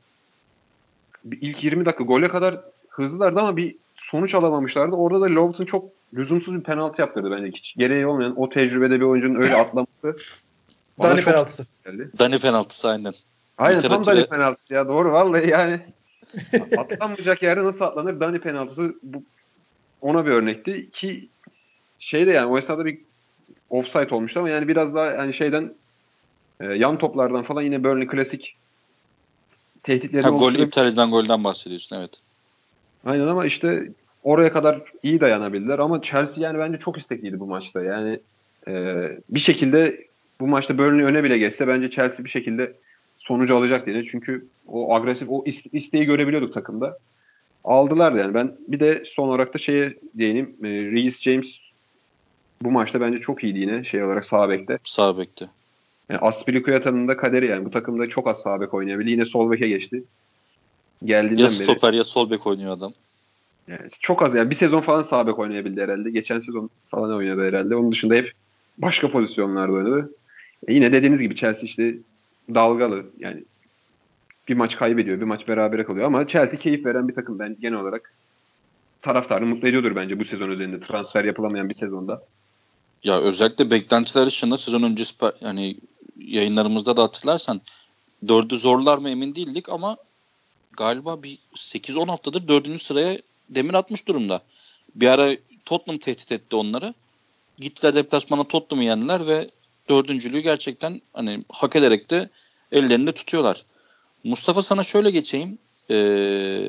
İlk yirmi dakika gole kadar hızlılardı ama bir sonuç alamamışlardı. Orada da Lawson çok lüzumsuz bir penaltı yaptırdı bence. Hiç gereği olmayan o tecrübede bir oyuncunun öyle atlaması. Dani penaltısı. Geldi. Dani penaltısı aynen. Aynen Literatüre... tam Dani penaltısı ya, doğru vallahi yani. Atlanmayacak yerde nasıl atlanır? Dani penaltısı bu, ona bir örnekti ki şey de yani o esnada bir offside olmuştu ama yani biraz daha yani şeyden e, yan toplardan falan yine Burnley klasik tehditlerini ha, gol oluşturabilir. iptal edilen golden bahsediyorsun, evet. Aynen ama işte oraya kadar iyi dayanabildiler ama Chelsea yani bence çok istekliydi bu maçta. Yani e, bir şekilde bu maçta Burnley öne bile geçse bence Chelsea bir şekilde sonucu alacak diye. Çünkü o agresif, o isteği görebiliyorduk takımda. Aldılar yani. Ben bir de son olarak da şeye değineyim. E, Reece James bu maçta bence çok iyiydi yine şey olarak sağ bekte. Sağ bekte. Yani Aspilicueta'nın da kaderi yani. Bu takımda çok az sağ bek oynayabildi. Yine sol beke geçti. Geldiğinden ya beri. stoper ya sol bek oynuyor adam. Yani çok az yani bir sezon falan sağ bek oynayabildi herhalde. Geçen sezon falan oynadı herhalde. Onun dışında hep başka pozisyonlarda oynadı. E yine dediğiniz gibi Chelsea işte dalgalı yani bir maç kaybediyor, bir maç berabere kalıyor ama Chelsea keyif veren bir takım. Ben genel olarak taraftarını mutlu ediyordur bence bu sezon üzerinde transfer yapılamayan bir sezonda. Ya özellikle beklentiler dışında sezon öncesi yani yayınlarımızda da hatırlarsan dördü zorlar mı emin değildik ama galiba bir sekiz on haftadır dördüncü sıraya demir atmış durumda. Bir ara Tottenham tehdit etti onları. Gittiler deplasmana Tottenham'ı yendiler ve dördüncülüğü gerçekten hani hak ederek de ellerinde tutuyorlar. Mustafa, sana şöyle geçeyim. Ee,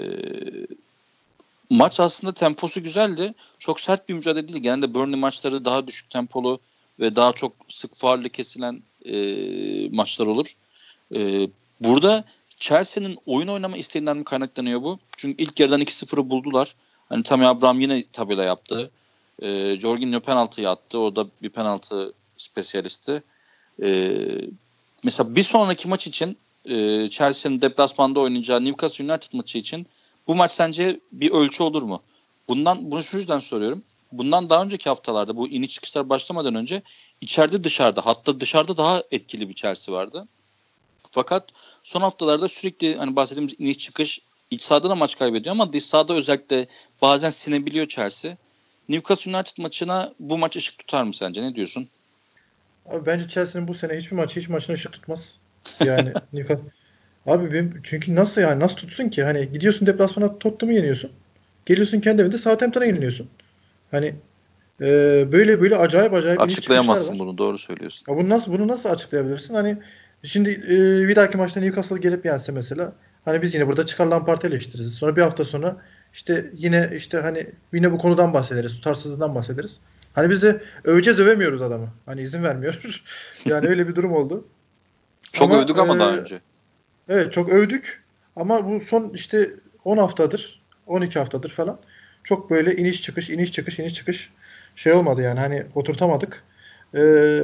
maç aslında temposu güzeldi. Çok sert bir mücadele değil. Genelde Burnley maçları daha düşük tempolu ve daha çok sık faulle kesilen e, maçlar olur. E, burada Chelsea'nin oyun oynama isteğinden mi kaynaklanıyor bu? Çünkü ilk yarıdan iki sıfırı buldular. Hani Tammy Abraham yine tabela yaptı. E, Jorginho penaltıyı attı. O da bir penaltı spesyalisti. E, mesela bir sonraki maç için e, Chelsea'nin deplasmanda oynayacağı Newcastle United maçı için bu maç sence bir ölçü olur mu? Bundan bunu şu yüzden soruyorum. Bundan daha önceki haftalarda bu iniş çıkışlar başlamadan önce içeride dışarıda, hatta dışarıda daha etkili bir Chelsea vardı. Fakat son haftalarda sürekli hani bahsettiğimiz iniş çıkış, iç sahada da maç kaybediyor ama dış sahada özellikle bazen sinebiliyor Chelsea. Newcastle United maçına bu maç ışık tutar mı sence? Ne diyorsun? Abi bence Chelsea'nin bu sene hiçbir maçı hiç maçına ışık tutmaz. Yani Newcastle. Abi benim, çünkü nasıl yani nasıl tutsun ki? Hani gidiyorsun deplasmana Tottenham'ı yeniyorsun. Geliyorsun kendi evinde Southampton'a yeniliyorsun. Hani e, böyle böyle acayip acayip iniş çıkışlar Açıklayamazsın var. bunu, doğru söylüyorsun. Ya bunu nasıl bunu nasıl açıklayabilirsin? Hani şimdi e, bir dahaki maçta Newcastle gelip yense mesela hani biz yine burada çıkar Lampard'ı eleştiririz. Sonra bir hafta sonra işte yine işte hani yine bu konudan bahsederiz. Tutarsızlığından bahsederiz. Hani biz de öveceğiz övemiyoruz adamı. Hani izin vermiyor. Yani öyle bir durum oldu. Çok Ama övdük e, ama daha önce. evet çok övdük. Ama bu son işte on haftadır, on iki haftadır falan çok böyle iniş çıkış, iniş çıkış, iniş çıkış şey olmadı yani hani oturtamadık. Ee,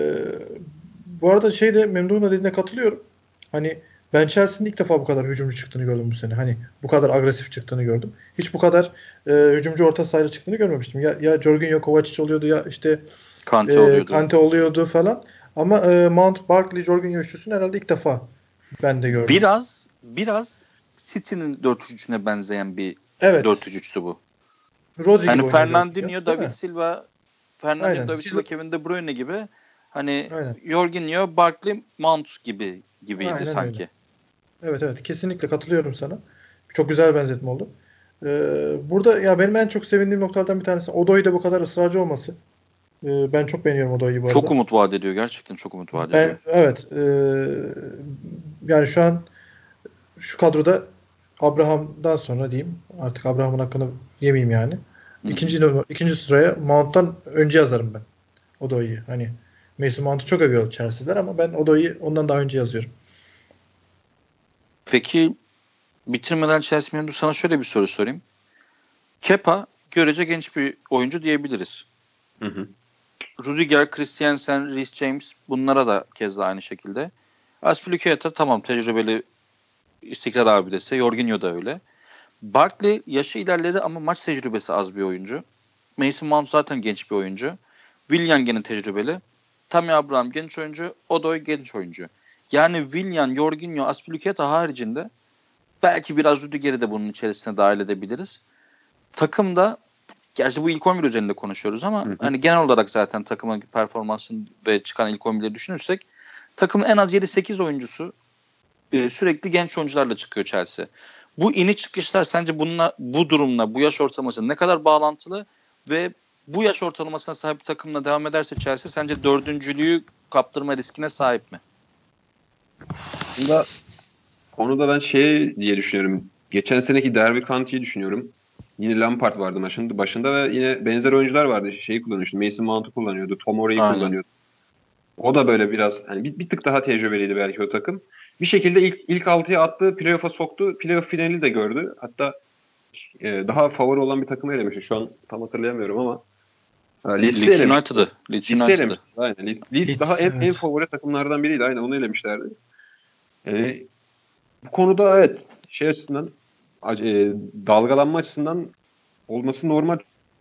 bu arada şey de Memduh'un da dediğine katılıyorum. Hani ben Chelsea'nin ilk defa bu kadar hücumcu çıktığını gördüm bu sene. Hani bu kadar agresif çıktığını gördüm. Hiç bu kadar e, hücumcu orta sahayla çıktığını görmemiştim. Ya, ya Jorginho Kovacic oluyordu ya işte Kante e, oluyordu. Kante oluyordu falan. Ama e, Mount, Barkley, Jorginho üçlüsünü herhalde ilk defa ben de gördüm. Biraz biraz City'nin dört üç üçüne benzeyen bir Evet. dört üç üçtü bu. Rodri Yani gibi oynuyor Jorginho, Fernandinho, değil David mi? Silva, Fernandinho, Aynen. David Silva, Sil Kevin De Bruyne gibi, hani Aynen. Jorginho, Barkley, Mount gibi gibiydi Aynen öyle. sanki. Evet evet. Kesinlikle katılıyorum sana. Çok güzel benzetme oldu. Ee, burada ya benim en çok sevindiğim noktalardan bir tanesi Odoi'de bu kadar ısrarcı olması. Ee, ben çok beğeniyorum Odoi'yi bu Çok arada. umut vaat ediyor. Gerçekten çok umut vaat ediyor. Ben evet e, yani şu an şu kadroda Abraham'dan sonra diyeyim. Artık Abraham'ın hakkını yemeyeyim yani. Hı hı. İkinci ikinci sıraya Mount'tan önce yazarım ben. Odoi'yi. Hani Mason Mount'u çok övüyor Chelsea'ler ama ben Odoi'yi ondan daha önce yazıyorum. Peki bitirmeden Chelsea menüsü sana şöyle bir soru sorayım. Kepa görece genç bir oyuncu diyebiliriz. Hı hı. Rudiger, Christensen, Reece James bunlara da keza aynı şekilde. Azpilicueta tamam tecrübeli istikrar abidesi. Jorginho da öyle. Barkley yaşı ilerledi ama maç tecrübesi az bir oyuncu. Mason Mount zaten genç bir oyuncu. Willian gene tecrübeli. Tammy Abraham genç oyuncu. Odoi genç oyuncu. Yani Willian, Jorginho, Azpilicueta haricinde belki biraz Rudiger'i de bunun içerisine dahil edebiliriz. Takımda gerçi bu ilk on bir üzerinde konuşuyoruz ama Hı hı. hani genel olarak zaten takımın performansını ve çıkan ilk on birleri düşünürsek takımın en az yedi sekiz oyuncusu e, sürekli genç oyuncularla çıkıyor Chelsea. Bu iniş çıkışlar sence bununla, bu durumla, bu yaş ortalaması ne kadar bağlantılı ve bu yaş ortalamasına sahip bir takımla devam ederse Chelsea sence dördüncülüğü kaptırma riskine sahip mi? Bunda konuda ben şey diye düşünüyorum. Geçen seneki Derby County'yi düşünüyorum. Yine Lampard vardı maçın başında ve yine benzer oyuncular vardı. Şeyi kullanıyordu. İşte Mason Mount'u kullanıyordu. Tomori'yi Aynen. kullanıyordu. O da böyle biraz hani bir, bir tık daha tecrübeliydi belki o takım. Bir şekilde ilk ilk altıya attı, playoff'a soktu. Playoff finali de gördü. Hatta e, daha favori olan bir takımı elemişti. Şu an tam hatırlayamıyorum ama e, Leeds'i Leeds elemişti. United'ı. Leeds Leeds'i United'ı. elemişti. Aynen. Leeds, Leeds daha Leeds, en, en evet. favori takımlardan biriydi. Aynen onu elemişlerdi. E, bu konuda evet şey açısından e, dalgalanma açısından olması normal.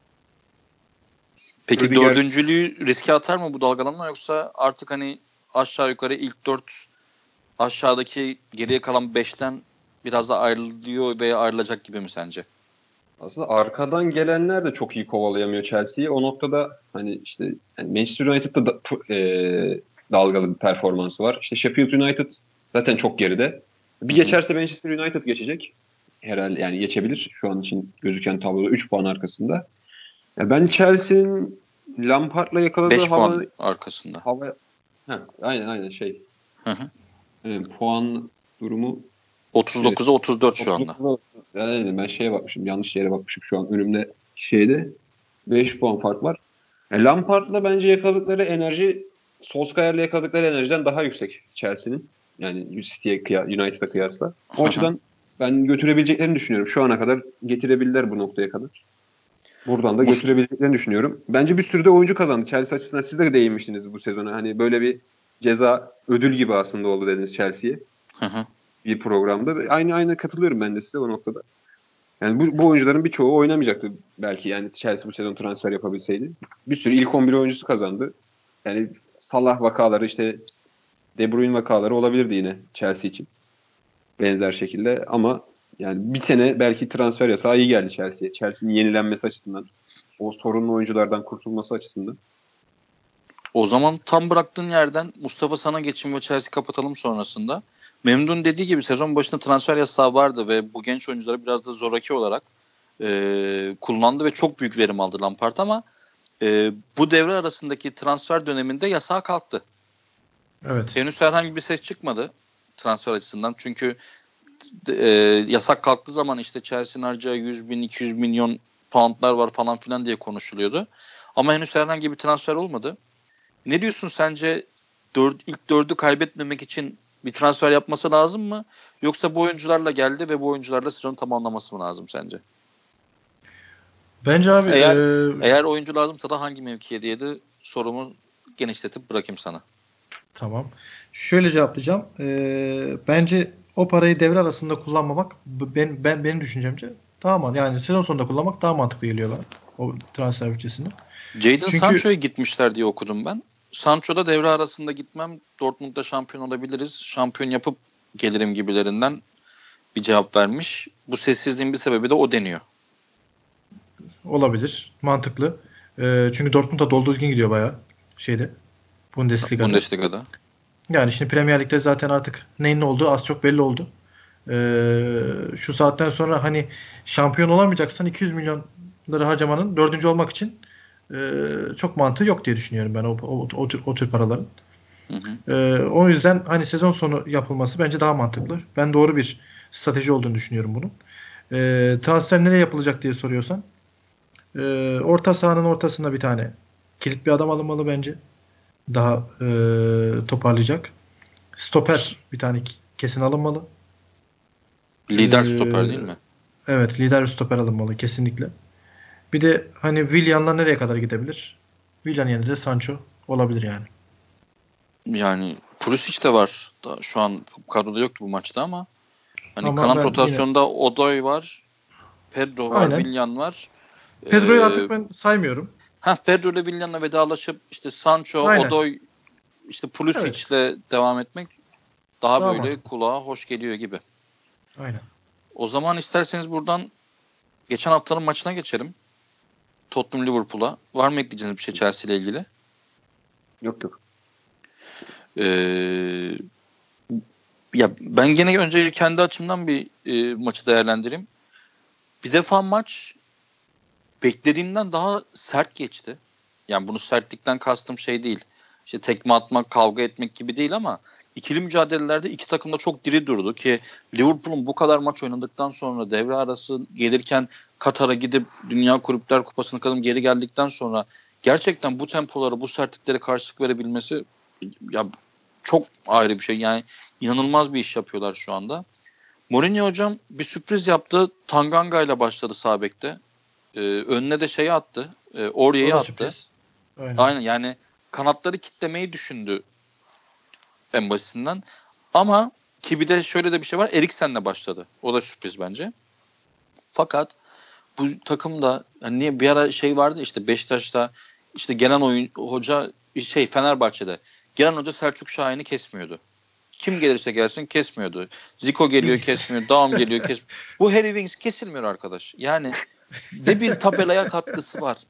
Peki Rüdiger dördüncülüğü riske atar mı bu dalgalanma yoksa artık hani aşağı yukarı ilk dört aşağıdaki geriye kalan beşten biraz da ayrılıyor veya ayrılacak gibi mi sence? aslında arkadan gelenler de çok iyi kovalayamıyor Chelsea'yi. O noktada hani işte yani Manchester United'da da, e, dalgalı bir performansı var. İşte Sheffield United zaten çok geride. Bir Hı hı. geçerse Manchester United geçecek. Herhalde yani geçebilir. Şu an için gözüken tabloda üç puan arkasında. Ya ben Chelsea'nin Lampard'la yakaladığı beş hava puan arkasında. hava ha, aynen aynen şey. Hı hı. E, puan durumu otuz evet. dokuza otuz dört şu otuz anda. dokuz yani ben şeye bakmışım. Yanlış yere bakmışım şu an. Önümde şeyde beş puan fark var. Yani Lampard'la bence yakaladıkları enerji Solskjaer'le yakaladıkları enerjiden daha yüksek Chelsea'nin. Yani City'ye kıya, United'a kıyasla. O Hı hı. açıdan ben götürebileceklerini düşünüyorum. Şu ana kadar getirebilirler bu noktaya kadar. Buradan da Must- götürebileceklerini düşünüyorum. Bence bir sürü de oyuncu kazandı. Chelsea açısından siz de değinmiştiniz bu sezona. Hani böyle bir ceza ödül gibi aslında oldu dediniz Chelsea'ye Hı hı. bir programda. Aynı aynı katılıyorum ben de size o noktada. Yani bu, bu oyuncuların birçoğu oynamayacaktı belki yani Chelsea bu sezon transfer yapabilseydi. Bir sürü ilk on bir oyuncusu kazandı. Yani Salah vakaları işte De Bruyne vakaları olabilirdi yine Chelsea için. Benzer şekilde ama yani bir sene belki transfer yasağı iyi geldi Chelsea'ye. Chelsea'nin yenilenmesi açısından. O sorunlu oyunculardan kurtulması açısından. O zaman tam bıraktığın yerden Mustafa sana geçin ve Chelsea kapatalım sonrasında. Memnun dediği gibi sezon başında transfer yasağı vardı ve bu genç oyuncuları biraz da zoraki olarak e, kullandı ve çok büyük verim aldı Lampard ama e, bu devre arasındaki transfer döneminde yasağı kalktı. Evet. Henüz herhangi bir ses çıkmadı transfer açısından. Çünkü e, yasak kalktığı zaman işte Chelsea'nin harcayacağı yüz bin iki yüz milyon poundlar var falan filan diye konuşuluyordu. Ama henüz herhangi bir transfer olmadı. Ne diyorsun sence dört, ilk dördü kaybetmemek için bir transfer yapması lazım mı? Yoksa bu oyuncularla geldi ve bu oyuncularla sezonu tamamlaması mı lazım sence? Bence abi Eğer e, eğer oyuncu lazımsa da hangi mevkiye diye de sorumu genişletip bırakayım sana. tamam. Şöyle cevaplayacağım. E, bence o parayı devre arasında kullanmamak ben, ben benim düşüncemce daha mantıklı. Yani sezon sonunda kullanmak daha mantıklı geliyor bana. O transfer bütçesini. Jadon Çünkü Sancho'ya gitmişler diye okudum ben. Sancho'da devre arasında gitmem. Dortmund'da şampiyon olabiliriz. Şampiyon yapıp gelirim gibilerinden bir cevap vermiş. Bu sessizliğin bir sebebi de o deniyor. olabilir. Mantıklı. E, çünkü Dortmund da dolu düzgün gidiyor bayağı şeyde. Bundesliga'da. Bundesliga'da. Yani şimdi Premier Lig'de zaten artık neyin ne olduğu az çok belli oldu. Ee, şu saatten sonra hani şampiyon olamayacaksan iki yüz milyon lira harcamanın dördüncü olmak için e, çok mantığı yok diye düşünüyorum ben o, o, o, tür, o tür paraların. Hı hı. Ee, o yüzden hani sezon sonu yapılması bence daha mantıklı. Ben doğru bir strateji olduğunu düşünüyorum bunun. Ee, transfer nereye yapılacak diye soruyorsan e, orta sahanın ortasında bir tane kilit bir adam alınmalı bence. Daha e, toparlayacak. Stoper bir tane kesin alınmalı. Lider Ee, stoper değil mi? Evet, lider bir stoper alınmalı kesinlikle. Bir de hani Willian'la nereye kadar gidebilir? Willian yerine de Sancho olabilir yani. Yani Pulisic de var. Da şu an kadroda yoktu bu maçta ama hani Ama kanat ben yine rotasyonda Odoi var, Pedro var, aynen. Willian var. Pedro'yu Ee, artık ben saymıyorum. ha Pedro ile Willian'la vedalaşıp işte Sancho, Aynen. Odoi, işte Evet. Pulisic'le devam etmek daha Daha böyle mantıklı. kulağa hoş geliyor gibi. Aynen. O zaman isterseniz buradan geçen haftanın maçına geçelim. Tottenham Liverpool'a. Var mı ekleyeceğiniz bir şey Chelsea ile ilgili? Yok yok. Ee, ya ben gene önce kendi açımdan bir e, maçı değerlendireyim. Bir defa maç beklediğimden daha sert geçti. Yani bunu sertlikten kastım şey değil. İşte tekme atmak, kavga etmek gibi değil ama ikili mücadelelerde iki takım da çok diri durdu ki Liverpool'un bu kadar maç oynadıktan sonra devre arası gelirken Katar'a gidip Dünya Kulüpler Kupası'na kadar geri geldikten sonra gerçekten bu tempolara, bu sertliklere karşılık verebilmesi ya çok ayrı bir şey. Yani inanılmaz bir iş yapıyorlar şu anda. Mourinho hocam bir sürpriz yaptı. Tanganga ile başladı sağ bekte. Ee, önüne de şeyi attı. E, O Aurier'i da attı. sürpriz. Aynen. Aynen yani kanatları kitlemeyi düşündü en basitinden. Ama ki bir de şöyle de bir şey var. Eriksen'le başladı. O da sürpriz bence. Fakat bu takımda hani niye bir ara şey vardı işte Beşiktaş'ta işte gelen oyun hoca şey Fenerbahçe'de gelen hoca Selçuk Şahin'i kesmiyordu. Kim gelirse gelsin kesmiyordu. Zico geliyor Wings. kesmiyor. Daum geliyor kesmiyor. Bu Harry Winks kesilmiyor arkadaş. Yani ne bir tabelaya katkısı var.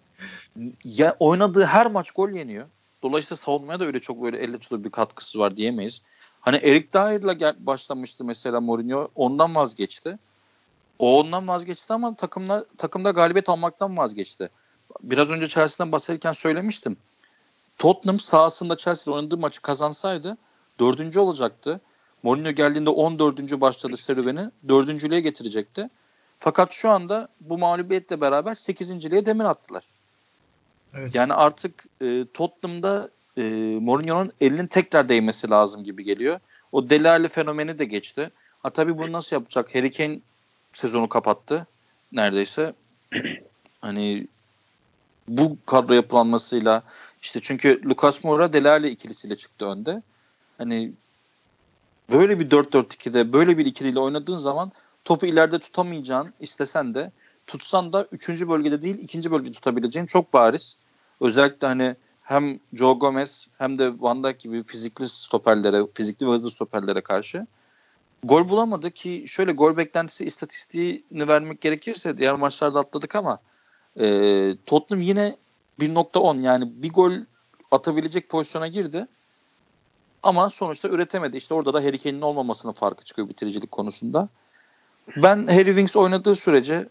Ya oynadığı her maç gol yeniyor. Dolayısıyla savunmaya da öyle çok böyle elle tutulur bir katkısı var diyemeyiz. Hani Eric Dier'la gel- başlamıştı mesela Mourinho. Ondan vazgeçti. O ondan vazgeçti ama takımla takımda galibiyet almaktan vazgeçti. Biraz önce Chelsea'den bahsederken söylemiştim. Tottenham sahasında Chelsea'yle oynadığı maçı kazansaydı dördüncü olacaktı. Mourinho geldiğinde on dördüncü başladı serüveni. Dördüncülüğe getirecekti. Fakat şu anda bu mağlubiyetle beraber sekizinciliğe demir attılar. Evet. Yani artık e, Tottenham'da e, Mourinho'nun elinin tekrar değmesi lazım gibi geliyor. O Dele Alli fenomeni de geçti. Ha tabii bunu nasıl yapacak? Harry Kane sezonu kapattı neredeyse. Hani bu kadro yapılanmasıyla işte çünkü Lucas Moura Dele Alli ikilisiyle çıktı önde. Hani böyle bir dört dört ikide böyle bir ikiliyle oynadığın zaman topu ileride tutamayacağın istesen de tutsan da üçüncü bölgede değil ikinci bölgede tutabileceğin çok bariz. Özellikle hani hem Joe Gomez hem de Van Dijk gibi fizikli stoperlere, fizikli ve hızlı stoperlere karşı gol bulamadı ki şöyle gol beklentisi istatistiğini vermek gerekirse diğer maçlarda atladık ama e, Tottenham yine bir nokta on yani bir gol atabilecek pozisyona girdi. Ama sonuçta üretemedi. İşte orada da Harry Kane'in olmamasının farkı çıkıyor bitiricilik konusunda. Ben Harry Winks oynadığı sürece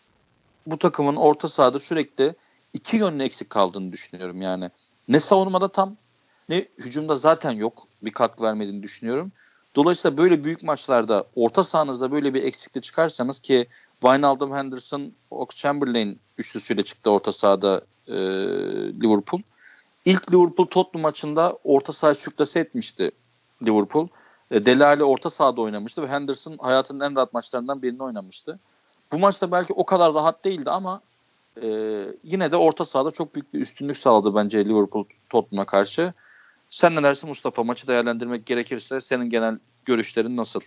bu takımın orta sahada sürekli iki yönlü eksik kaldığını düşünüyorum yani. Ne savunmada tam ne hücumda zaten yok. Bir katkı vermediğini düşünüyorum. Dolayısıyla böyle büyük maçlarda orta sahanızda böyle bir eksiklik çıkarsanız ki Wijnaldum, Henderson, Oxlade-Chamberlain üçlüsüyle çıktı orta sahada e, Liverpool. İlk Liverpool Tottenham maçında orta sahayı sürklase etmişti Liverpool. E, Dele Alli orta sahada oynamıştı ve Henderson hayatının en rahat maçlarından birini oynamıştı. Bu maçta belki o kadar rahat değildi ama e, yine de orta sahada çok büyük bir üstünlük sağladı bence Liverpool Tottenham'a karşı. Sen ne dersin Mustafa? Maçı değerlendirmek gerekirse senin genel görüşlerin nasıl?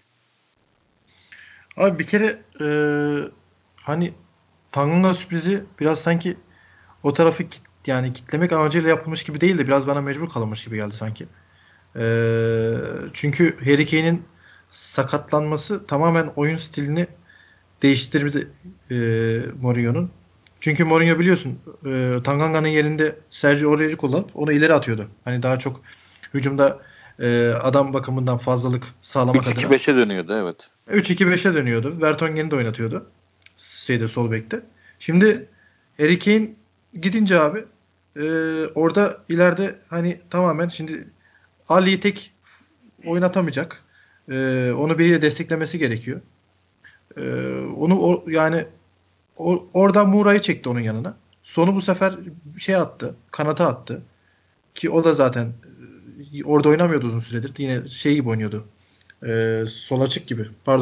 Abi bir kere e, hani Tanganga sürprizi biraz sanki o tarafı kit, yani kitlemek amacıyla yapılmış gibi değil de biraz bana mecbur kalınmış gibi geldi sanki. E, çünkü Harry Kane'in sakatlanması tamamen oyun stilini değiştirdi e, Mourinho'nun. Çünkü Mourinho biliyorsun e, Tanganga'nın yerinde Sergio Aurier'i kullanıp onu ileri atıyordu. Hani daha çok hücumda e, adam bakımından fazlalık sağlamak üç iki adına. beşe dönüyordu evet. üç iki beşe dönüyordu. Vertonghen'i de oynatıyordu. Şeyde sol bekte. Şimdi Harry Kane gidince abi e, orada ileride hani tamamen şimdi Ali'yi tek oynatamayacak. E, onu biriyle desteklemesi gerekiyor. E, onu o, yani o, oradan Moura'yı çekti onun yanına. Sonu bu sefer şey attı. Kanata attı. Ki o da zaten e, orada oynamıyordu uzun süredir. Yine şey gibi oynuyordu. E, sol açık gibi. Pardon.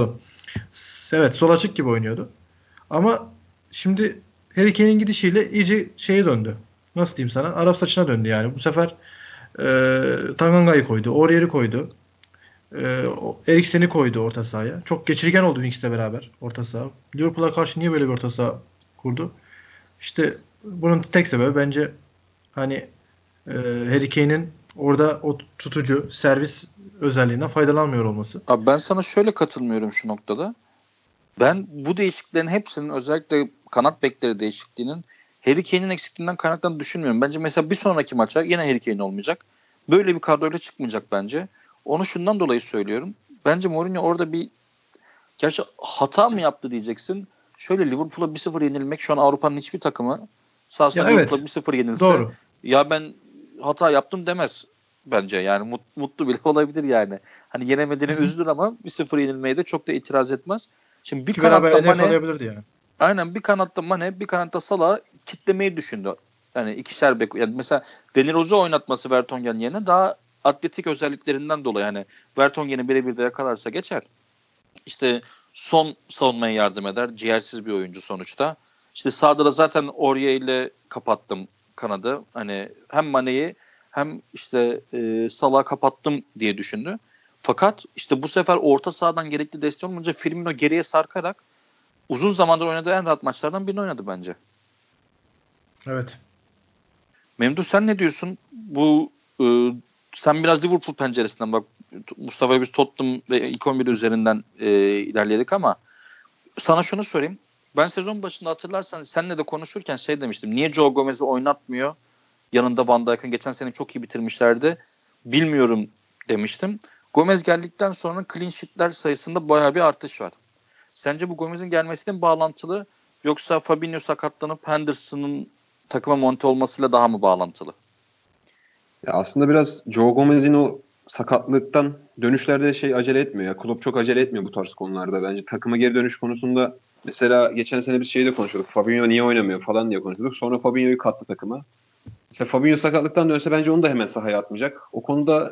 Evet, sol açık gibi oynuyordu. Ama şimdi Harry Kane'in gidişiyle iyice şeye döndü. Nasıl diyeyim sana? Arap saçına döndü yani. Bu sefer e, Tanganga'yı koydu. Aurier'i koydu. E, Eriksen'i koydu orta sahaya. Çok geçirgen oldu Winks'le beraber orta saha. Liverpool'a karşı niye böyle bir orta saha kurdu? İşte bunun tek sebebi bence hani e, Harry Kane'in orada o tutucu servis özelliğinden faydalanmıyor olması. Abi ben sana şöyle katılmıyorum şu noktada. Ben bu değişikliklerin hepsinin, özellikle kanat bekleri değişikliğinin Harry Kane'in eksikliğinden kaynaklandığını düşünmüyorum. Bence mesela bir sonraki maça yine Harry Kane olmayacak. Böyle bir kadroyla çıkmayacak bence. Onu şundan dolayı söylüyorum. Bence Mourinho orada bir, gerçi hata mı yaptı diyeceksin. Şöyle, Liverpool'a bir sıfır yenilmek, şu an Avrupa'nın hiçbir takımı sahasında Ya evet. Liverpool'a bir sıfır yenilse Doğru. ya ben hata yaptım demez bence. Yani mut, mutlu bile olabilir yani. Hani yenemediğine üzülür ama bir sıfır yenilmeye de çok da itiraz etmez. Şimdi bir İki kanatta beraberliğe Mane, yakalayabilirdi yani. aynen bir kanatta Mane, bir kanatta Salah kitlemeyi düşündü. Yani ikişer bek, yani mesela Deni Rose'u oynatması Vertonghen yerine daha atletik özelliklerinden dolayı, hani Vertonghen'i birebir de yakalarsa geçer. İşte son savunmaya yardım eder. Ciğersiz bir oyuncu sonuçta. İşte sağda da zaten Aurier ile kapattım kanadı. Hani hem Mane'yi hem işte e, Salah'ı kapattım diye düşündü. Fakat işte bu sefer orta sahadan gerekli destek olmayınca Firmino geriye sarkarak uzun zamandır oynadığı en rahat maçlardan birini oynadı bence. Evet. Memduh, sen ne diyorsun? Bu e, sen biraz Liverpool penceresinden bak. Mustafa, biz Tottenham ve ilk on bir üzerinden e, ilerledik ama sana şunu sorayım. Ben sezon başında hatırlarsan seninle de konuşurken şey demiştim. Niye Joe Gomez'i oynatmıyor? Yanında Van Dijk'ın geçen sene çok iyi bitirmişlerdi. Bilmiyorum demiştim. Gomez geldikten sonra clean sheet'ler sayısında bayağı bir artış var. Sence bu Gomez'in gelmesiyle mi bağlantılı, yoksa Fabinho sakatlanıp Henderson'ın takıma monte olmasıyla daha mı bağlantılı? Ya aslında biraz Joe Gomez'in o sakatlıktan dönüşlerde şey acele etmiyor. Ya Klopp çok acele etmiyor bu tarz konularda. Bence takıma geri dönüş konusunda mesela geçen sene biz şeyde konuşuyorduk. Fabinho niye oynamıyor falan diye konuşuyorduk. Sonra Fabinho'yu kattı takıma. Mesela Fabinho sakatlıktan dönse bence onu da hemen sahaya atmayacak. O konuda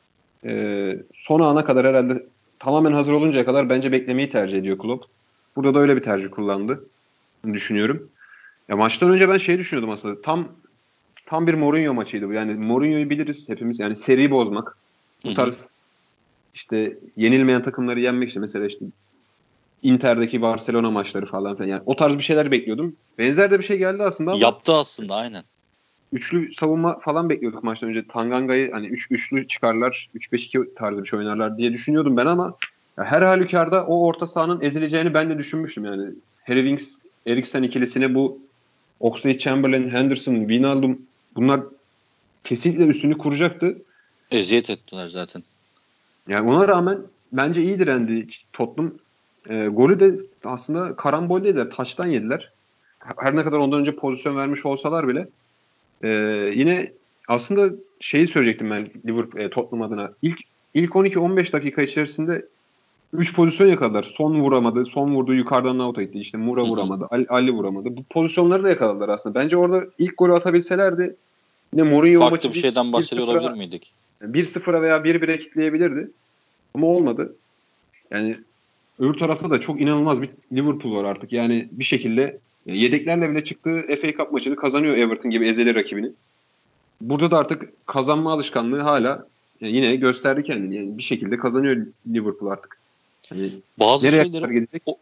e, son ana kadar herhalde tamamen hazır oluncaya kadar bence beklemeyi tercih ediyor Klopp. Burada da öyle bir tercih kullandı. Düşünüyorum. Ya maçtan önce ben şey düşünüyordum aslında. Tam tam bir Mourinho maçıydı bu. Yani Mourinho'yu biliriz hepimiz. Yani seri bozmak. Hı Bu hı. tarz işte yenilmeyen takımları yenmek için mesela işte Inter'deki Barcelona maçları falan filan. Yani o tarz bir şeyler bekliyordum. Benzer de bir şey geldi aslında ama Yaptı aslında, aynen. üçlü savunma falan bekliyorduk maçtan önce. Tanganga'yı hani üç üçlü çıkarlar, üç beş iki tarzı bir şey oynarlar diye düşünüyordum ben ama ya her halükarda o orta sahanın ezileceğini ben de düşünmüştüm yani. Harry Winks, Eriksen ikilisine bu Oxlade-Chamberlain, Henderson, Wijnaldum, bunlar kesinlikle üstünü kuracaktı. Eziyet ettiler zaten. Yani ona rağmen bence iyi direndi Tottenham. E, golü de aslında karambol değil de taçtan yediler. Her ne kadar ondan önce pozisyon vermiş olsalar bile e, yine aslında şeyi söyleyecektim ben Liverpool, e, Tottenham adına. İlk ilk on iki on beş dakika içerisinde üç pozisyon yakaladılar. Son vuramadı. Son vurduğu yukarıdan out etti. İşte Mura Hı hı. vuramadı. Ali, Ali vuramadı. Bu pozisyonları da yakaladılar aslında. Bence orada ilk golü atabilselerdi yine Mourinho o Farklı maçı bir şeyden bir bahsediyor olabilir sıfıra miydik? bir sıfıra veya bir bire kitleyebilirdi. Ama olmadı. Yani öbür tarafta da çok inanılmaz bir Liverpool var artık. Yani bir şekilde yedeklerle bile çıktığı F A Cup maçını kazanıyor Everton gibi ezeli rakibini. Burada da artık kazanma alışkanlığı hala yani yine gösterdi kendini. Yani bir şekilde kazanıyor Liverpool artık. Hani Bazı nereye şeyleri kadar gidecek? o,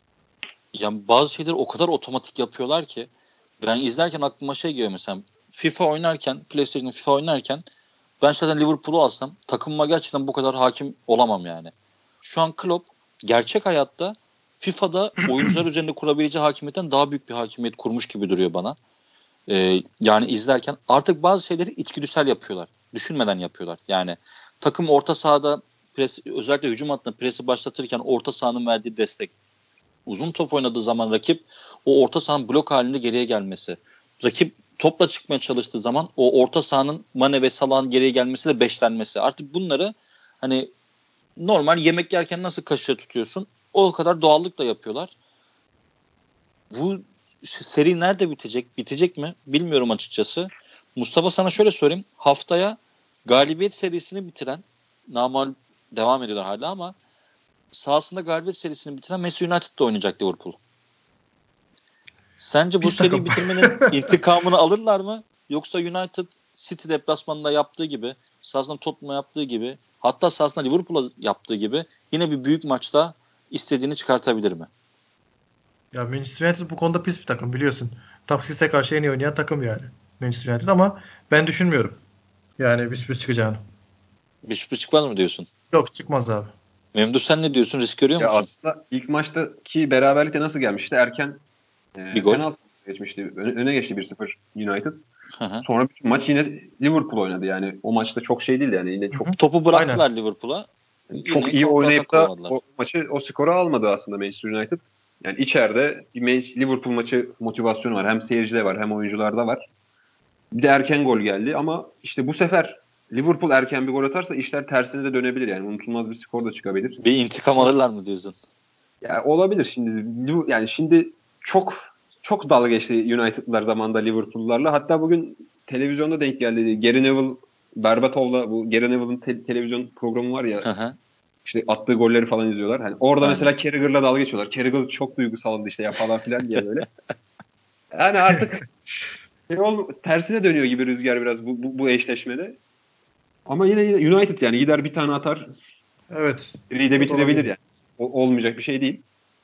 yani bazı şeyleri o kadar otomatik yapıyorlar ki ben izlerken aklıma şey geliyor mesela. FIFA oynarken, PlayStation FIFA oynarken ben zaten Liverpool'u alsam takımıma gerçekten bu kadar hakim olamam yani. Şu an Klopp gerçek hayatta FIFA'da oyuncular üzerinde kurabileceği hakimiyetten daha büyük bir hakimiyet kurmuş gibi duruyor bana. Ee, yani izlerken artık bazı şeyleri içgüdüsel yapıyorlar. Düşünmeden yapıyorlar. Yani takım orta sahada pres, özellikle hücum hattında presi başlatırken orta sahanın verdiği destek. Uzun top oynadığı zaman rakip o orta sahanın blok halinde geriye gelmesi. Rakip topla çıkmaya çalıştığı zaman o orta sahanın Mane ve Salah'ın geriye gelmesi de beşlenmesi. Artık bunları hani normal yemek yerken nasıl kaşığı tutuyorsun o kadar doğallıkla yapıyorlar. Bu seri nerede bitecek? Bitecek mi? Bilmiyorum açıkçası. Mustafa, sana şöyle sorayım. Haftaya galibiyet serisini bitiren, namağlup devam ediyorlar hala ama sahasında galibiyet serisini bitiren Manchester United'da oynayacak Liverpool. Sence bu Pis seriyi takım. bitirmenin intikamını alırlar mı? Yoksa United City deplasmanında yaptığı gibi, sahasında Tottenham'a yaptığı gibi, hatta sahasında Liverpool'a yaptığı gibi yine bir büyük maçta istediğini çıkartabilir mi? Ya Manchester United bu konuda pis bir takım biliyorsun. Top six'e karşı en iyi oynayan takım yani. Manchester United ama ben düşünmüyorum. Yani bir sürpriz çıkacağını. Bir sürpriz çıkmaz mı diyorsun? Yok çıkmaz abi. Memduh sen ne diyorsun? Risk görüyor Ya musun? aslında ilk maçtaki beraberlikte nasıl gelmişti? Erken Bir e, gol. penaltı geçmişti. Öne, öne geçti bir sıfır United. Hı hı. Sonra bütün maç yine Liverpool oynadı. Yani o maçta çok şey değildi yani. Yine Hı çok hı. Topu Aynen. bıraktılar Liverpool'a. yani çok Yine iyi kontra oynayıp atak da kovaladılar. o maçı o skoru almadı aslında Manchester United. Yani içeride bir Man- Liverpool maçı motivasyonu var. Hem seyircide var hem oyuncularda var. Bir de erken gol geldi ama işte bu sefer Liverpool erken bir gol atarsa işler tersine de dönebilir yani. Unutulmaz bir skor da çıkabilir. Bir intikam alırlar mı diyorsun? Ya olabilir şimdi. Yani şimdi çok çok dalga geçti United'lar zamanında Liverpool'larla. Hatta bugün televizyonda denk geldi. Gary Neville Berbatov'la bu Gary Neville'ın te- televizyon programı var ya Hı hı. işte attığı golleri falan izliyorlar. Hani orada Aynen. mesela Carragher'la dalga geçiyorlar. Carragher çok duygusaldı işte ya falan filan diye böyle. Yani artık şey ol, tersine dönüyor gibi rüzgar biraz bu, bu, bu eşleşmede. Ama yine, yine United yani gider bir tane atar Evet. seriyi de O da bitirebilir olabilir. yani. O, olmayacak bir şey değil.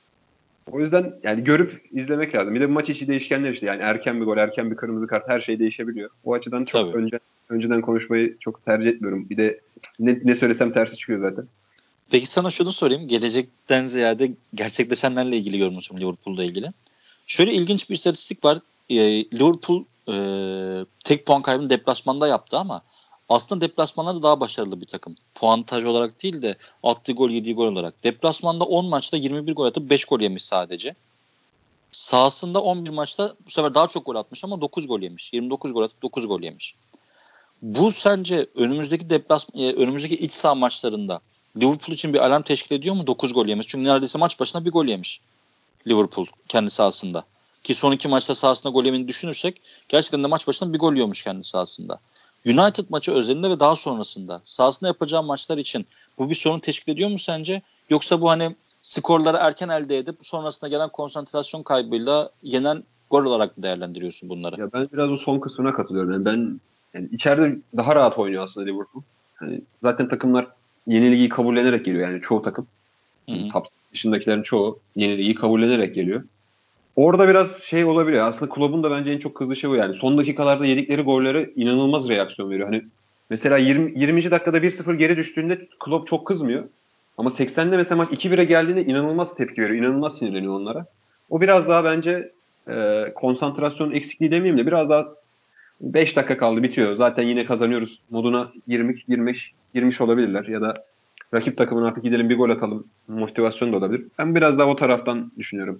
O yüzden yani görüp izlemek lazım. Bir de maç içi değişkenler işte yani erken bir gol, erken bir kırmızı kart her şey değişebiliyor. O açıdan çok Tabii. önce önceden konuşmayı çok tercih etmiyorum. Bir de ne, ne söylesem tersi çıkıyor zaten. Peki sana şunu sorayım. Gelecekten ziyade gerçekleşenlerle ilgili yorumum Liverpool'la ilgili. Şöyle ilginç bir istatistik var. Ee, Liverpool e, tek puan kaybını deplasmanda yaptı ama aslında deplasmanda daha başarılı bir takım. Puantaj olarak değil de attığı gol yediği gol olarak. Deplasmanda on maçta yirmi bir gol atıp beş gol yemiş sadece. Sahasında on bir maçta bu sefer daha çok gol atmış ama dokuz gol yemiş. yirmi dokuz gol atıp dokuz gol yemiş. Bu sence önümüzdeki deplasman, e, önümüzdeki iç saha maçlarında Liverpool için bir alarm teşkil ediyor mu dokuz gol yemiş? Çünkü neredeyse maç başına bir gol yemiş Liverpool kendi sahasında. Ki son iki maçta sahasında gol yemini düşünürsek gerçekten de maç başına bir gol yiyormuş kendi sahasında. United maçı özelinde ve daha sonrasında sahasında yapacağı maçlar için bu bir sorun teşkil ediyor mu sence? Yoksa bu hani skorları erken elde edip sonrasında gelen konsantrasyon kaybıyla yenen gol olarak mı değerlendiriyorsun bunları? Ya ben biraz o son kısmına katılıyorum. Yani ben yani içeride daha rahat oynuyor aslında Liverpool. Hani zaten takımlar yenilgiyi kabullenerek geliyor yani çoğu takım. Hı Yani hı. top dışındakilerin çoğu yenilgiyi kabullenerek geliyor. Orada biraz şey olabiliyor. Aslında Klopp'un da bence en çok kızdığı şey bu yani. Son dakikalarda yedikleri gollere inanılmaz reaksiyon veriyor. Hani mesela yirmi, yirminci dakikada bir sıfır geri düştüğünde Klopp çok kızmıyor. Ama seksende mesela maç iki bire geldiğinde inanılmaz tepki veriyor. İnanılmaz sinirleniyor onlara. O biraz daha bence e, konsantrasyon eksikliği demeyeyim de biraz daha beş dakika kaldı bitiyor. Zaten yine kazanıyoruz moduna girmiş, girmiş, girmiş olabilirler. Ya da rakip takımın artık gidelim bir gol atalım motivasyon da olabilir. Ben biraz daha o taraftan düşünüyorum.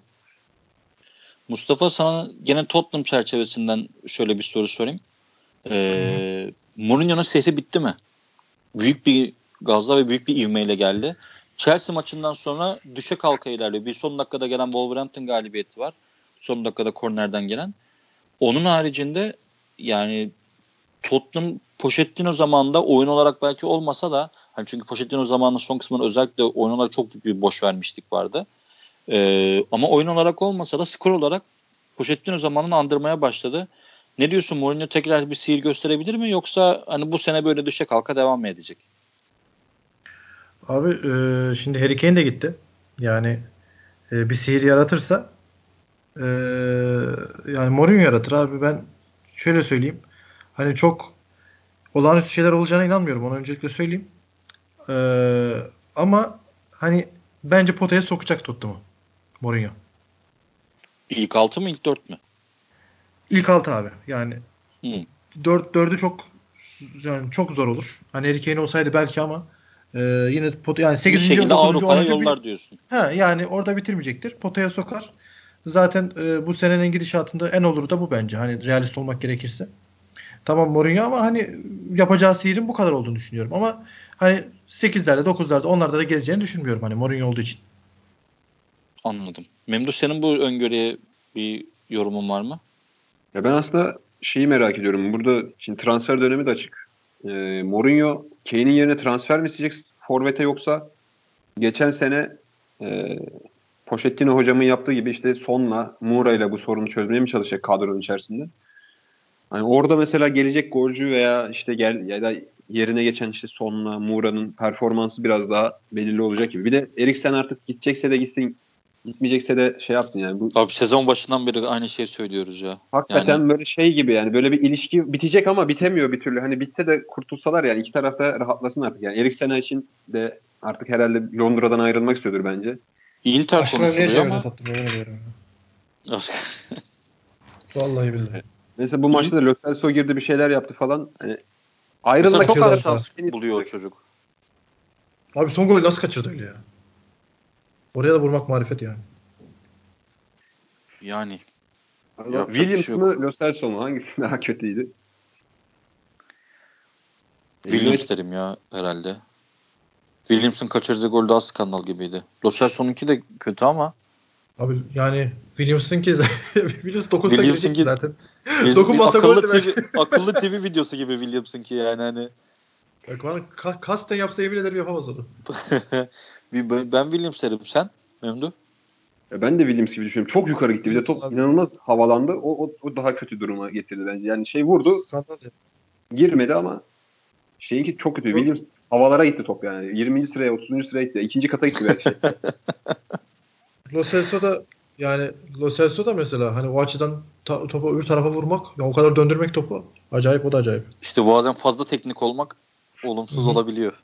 Mustafa sana gene Tottenham çerçevesinden şöyle bir soru sorayım. Ee, Mourinho'nun sesi bitti mi? Büyük bir gazla ve büyük bir ivmeyle geldi. Chelsea maçından sonra düşe kalka ilerliyor. Bir son dakikada gelen Wolverhampton galibiyeti var. Son dakikada kornerden gelen. Onun haricinde yani Tottenham Pochettino zamanında oyun olarak belki olmasa da hani çünkü Pochettino zamanının son kısmında özellikle oyun olarak çok büyük bir boş vermişlik vardı. Ee, ama oyun olarak olmasa da skor olarak Pochettino zamanını andırmaya başladı. Ne diyorsun? Mourinho tekrar bir sihir gösterebilir mi yoksa hani bu sene böyle düşe kalka devam mı edecek? Abi e, şimdi Harry Kane de gitti. Yani e, bir sihir yaratırsa e, yani Mourinho yaratır abi. Ben şöyle söyleyeyim. Hani çok olağanüstü şeyler olacağına inanmıyorum. Onu öncelikle söyleyeyim. E, ama hani bence potaya sokacak Tottenham'ı Mourinho. İlk altı mı ilk dört mü? İlk altı abi. Yani Hmm. dört dördü çok yani çok zor olur. Hani Harry Kane olsaydı belki ama e, yine pot yani Bir sekizinci şekilde dokuzuncu Avrupa'ya onuncu bir yollar diyorsun. ha yani orada bitirmeyecektir. Potaya sokar. Zaten e, bu senenin gidişatında en olur da bu bence. Hani realist olmak gerekirse. Tamam Mourinho ama hani yapacağı sihirin bu kadar olduğunu düşünüyorum. Ama hani sekizlerde, dokuzlarda, onlarda da gezeceğini düşünmüyorum hani Mourinho olduğu için. Anladım. Memduh senin bu öngörüye bir yorumun var mı? Ya ben aslında şeyi merak ediyorum. Burada şimdi transfer dönemi de açık. Ee, Mourinho Kane'in yerine transfer mi isteyecek forvete yoksa geçen sene e, Pochettino hocamın yaptığı gibi işte Son'la Moura ile bu sorunu çözmeye mi çalışacak kadronun içerisinde? Hani orada mesela gelecek golcü veya işte gel ya da yerine geçen işte Son'la Moura'nın performansı biraz daha belirli olacak gibi. Bir de Eriksen artık gidecekse de gitsin, gitmeyecekse de şey yapsın yani. Bu Abi sezon başından beri aynı şeyi söylüyoruz ya. hakikaten Yani böyle şey gibi yani böyle bir ilişki bitecek ama bitemiyor bir türlü. Hani bitse de kurtulsalar yani iki tarafta rahatlasın artık. Yani Eriksen için de artık herhalde Londra'dan ayrılmak istiyordur bence. Inter Aşk Memnu'ya konuşuluyor çevirdi ama Tottenham, yemin ediyorum. Vallahi billahi. Mesela bu maçta da Lo Celso girdi bir şeyler yaptı falan. Hani mesela ayrılmak çok Kaçırdı az az istiyor. daha. şans buluyor o çocuk. Abi son golü nasıl kaçırdı öyle ya? Oraya da vurmak marifet yani. Yani Allah- yapacak bir şey Williams mı yok. Lo Celso mu? Hangisi daha kötüydü? Williams United derim ya herhalde. Williams'ın kaçırdığı gol daha skandal gibiydi. Lo Celso'nunki de kötü ama Abi yani Williams'ınki Williams dokunsa girecekti Williams'ınki zaten. bir, bir Dokunmasa akıllı goldü T V bence. akıllı T V videosu gibi Williams'ınki yani hani. Bak bana ka- kasten yapsa yemin ederim yapamaz onu. Bir- ben ben Williams derim, sen Memdu. Ya ben de Williams gibi düşünüyorum. Çok yukarı gitti. Bir de Williams top abi inanılmaz havalandı. O, o, o daha kötü duruma getirdi bence. Yani şey vurdu, skandal ya. girmedi ama şeyinki çok kötü. Lo, Williams havalara gitti top yani. yirminci sıraya, otuzuncu sıraya gitti. İkinci kata gitti belki. Lo Celso da yani Lo Celso da mesela hani o açıdan ta- topu öbür tarafa vurmak ya o kadar döndürmek topu acayip, o da acayip. İşte bazen fazla teknik olmak Hı olumsuz hı. olabiliyor.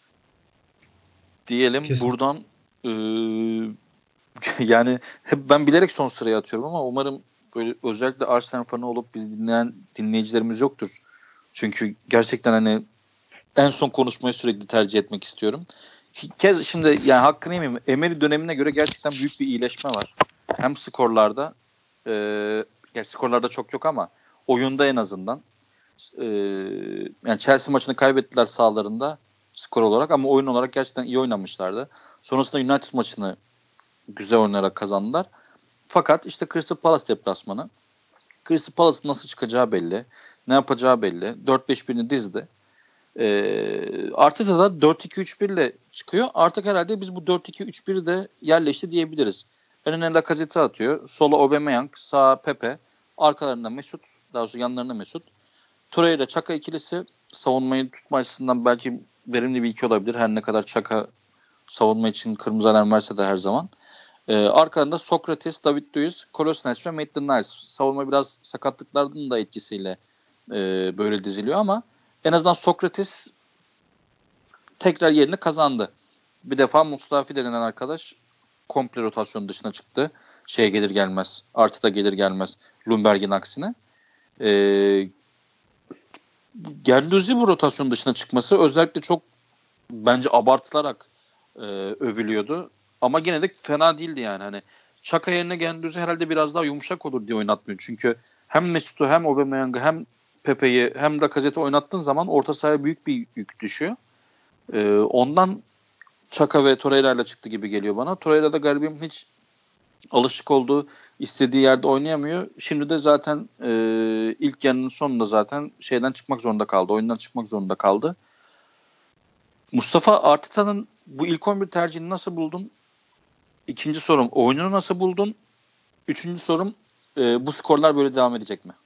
Diyelim Kesin. buradan eee, yani hep ben bilerek son sıraya atıyorum ama umarım böyle özellikle Arsenal fanı olup bizi dinleyen dinleyicilerimiz yoktur. Çünkü gerçekten hani en son konuşmayı sürekli tercih etmek istiyorum. Kez şimdi yani hakkını yemeyeyim. Emery dönemine göre gerçekten büyük bir iyileşme var. Hem skorlarda e, gerçi skorlarda çok yok ama oyunda en azından e, yani Chelsea maçını kaybettiler sahalarında skor olarak ama oyun olarak gerçekten iyi oynamışlardı. Sonrasında United maçını güzel oynayarak kazandılar. Fakat işte Crystal Palace deplasmanı. Crystal Palace'ın nasıl çıkacağı belli. Ne yapacağı belli. dört beş birini dizdi. E, Arteta da dört iki üç bir ile çıkıyor. Artık herhalde biz bu dört iki üç bir de yerleşti diyebiliriz. Önüne Lacazette atıyor. Sola Aubameyang, sağa Pepe, arkalarında Mesut, daha doğrusu yanlarında Mesut. Torreira Çaka ikilisi savunmayı tutma açısından belki verimli bir iki olabilir. Her ne kadar Çaka savunma için kırmızı alarm verse de her zaman. Ee, arkalarında Sokrates, David Luiz, Kolasinac ve Maitland-Niles. Savunma biraz sakatlıklarının da etkisiyle e, böyle diziliyor ama en azından Sokrates tekrar yerini kazandı. Bir defa Mustafi denen arkadaş komple rotasyon dışına çıktı. Şeye gelir gelmez. Artı da gelir gelmez. Lundberg'in aksine. Ee, Guendouzi bu rotasyon dışına çıkması özellikle çok bence abartılarak e, övülüyordu. Ama gene de fena değildi yani. Hani Çaka yerine Guendouzi herhalde biraz daha yumuşak olur diye oynatmıyor. Çünkü hem Mesut'u hem Aubameyang'ı hem Pepe'yi hem Lacazette'i oynattığın zaman orta sahaya büyük bir yük düşüyor. E, ondan Çaka ve Torreira ile çıktı gibi geliyor bana. Torreira da garibim hiç alışık olduğu, istediği yerde oynayamıyor. Şimdi de zaten e, ilk yarının sonunda zaten şeyden çıkmak zorunda kaldı. Oyundan çıkmak zorunda kaldı. Mustafa Arteta'nın bu ilk on bir tercihini nasıl buldun? İkinci sorum, oyununu nasıl buldun? Üçüncü sorum, e, bu skorlar böyle devam edecek mi?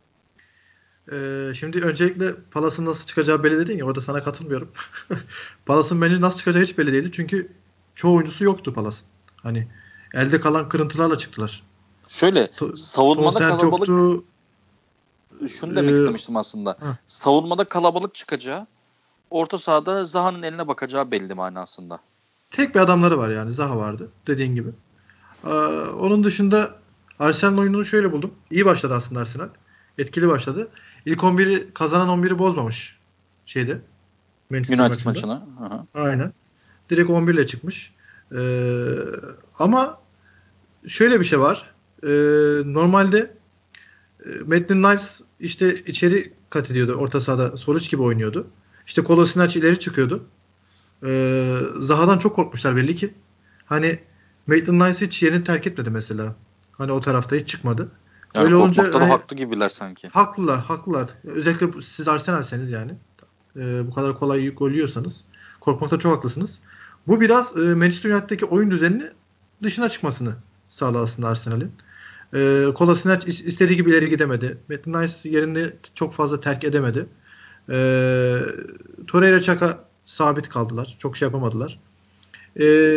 Ee, şimdi öncelikle Palas'ın nasıl çıkacağı belli dedin ya, orada sana katılmıyorum. Palas'ın bence nasıl çıkacağı hiç belli değildi. Çünkü çoğu oyuncusu yoktu Palas'ın. Hani elde kalan kırıntılarla çıktılar. Şöyle, To- savunmada Tonsent kalabalık, yoktu. şunu demek Ee, istemiştim aslında. heh. Savunmada kalabalık çıkacağı, orta sahada Zaha'nın eline bakacağı belli manasında. Tek bir adamları var yani. Zaha vardı dediğin gibi. Ee, onun dışında Arsenal oyununu şöyle buldum. İyi başladı aslında Arsenal. Etkili başladı. İlk on biri kazanan on biri bozmamış şeyde. Manchester United maçında. maçına. Hı hı. Aynen. Direkt on bir ile çıkmış. Ee, ama şöyle bir şey var. Ee, normalde e, Maitland-Niles işte içeri kat ediyordu. Orta sahada Soruç gibi oynuyordu. İşte Kolasinac ileri çıkıyordu. Ee, Zaha'dan çok korkmuşlar belli ki. Hani Maitland-Niles hiç yerini terk etmedi mesela. Hani o tarafta hiç çıkmadı. Yani Öyle olunca korkmakta da hani haklı gibiler sanki. haklılar, haklılar. Özellikle siz Arsenal'seniz yani. Ee, bu kadar kolay gol yiyorsanız korkmakta çok haklısınız. Bu biraz e, Manchester United'daki oyun düzenini dışına çıkmasını sağladı aslında Arsenal'in. E, Kolasinac istediği gibi ileri gidemedi. Maitland Niles yerini çok fazla terk edemedi. E, Torreira, Xhaka sabit kaldılar. Çok şey yapamadılar. E,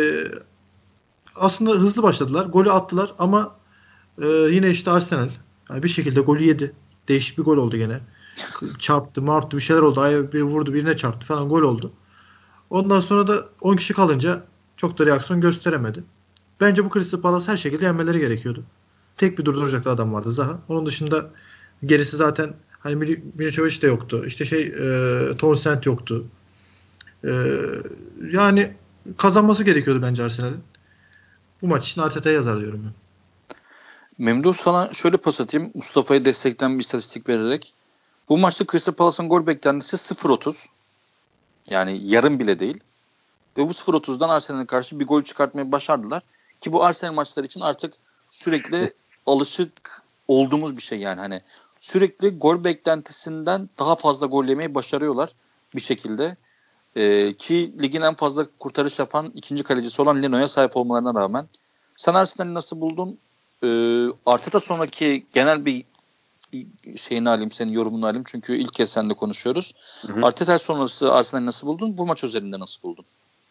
aslında hızlı başladılar. Golü attılar ama e, yine işte Arsenal yani bir şekilde golü yedi. Değişik bir gol oldu gene. Çarptı, marttı, bir şeyler oldu. Ayağı bir vurdu, birine çarptı falan, gol oldu. Ondan sonra da on kişi kalınca çok da reaksiyon gösteremedi. Bence bu Crystal Palace her şekilde yenmeleri gerekiyordu. Tek bir durduracak adam vardı, Zaha. Onun dışında gerisi zaten hani Miličević de yoktu. İşte şey e, Townsend yoktu. E, yani kazanması gerekiyordu bence Arsenal'in. Bu maç için Arteta'ya yazar diyorum ben. Memduh, sana şöyle pas atayım. Mustafa'yı destekten bir istatistik vererek. Bu maçta Crystal Palace'ın gol beklentisi sıfır otuz. Yani yarım bile değil. Ve bu sıfır otuzdan Arsenal'e karşı bir gol çıkartmayı başardılar. Ki bu Arsenal maçları için artık sürekli alışık olduğumuz bir şey yani. Hani sürekli gol beklentisinden daha fazla gol yemeyi başarıyorlar bir şekilde. Ee, ki ligin en fazla kurtarış yapan ikinci kalecisi olan Leno'ya sahip olmalarına rağmen. Sen Arsenal'i nasıl buldun? Ee, Arteta sonraki genel bir şeyini alayım, senin yorumunu alayım. Çünkü ilk kez seninle konuşuyoruz. Hı hı. Arteta sonrası Arsenal'i nasıl buldun? Bu maç özelinde nasıl buldun?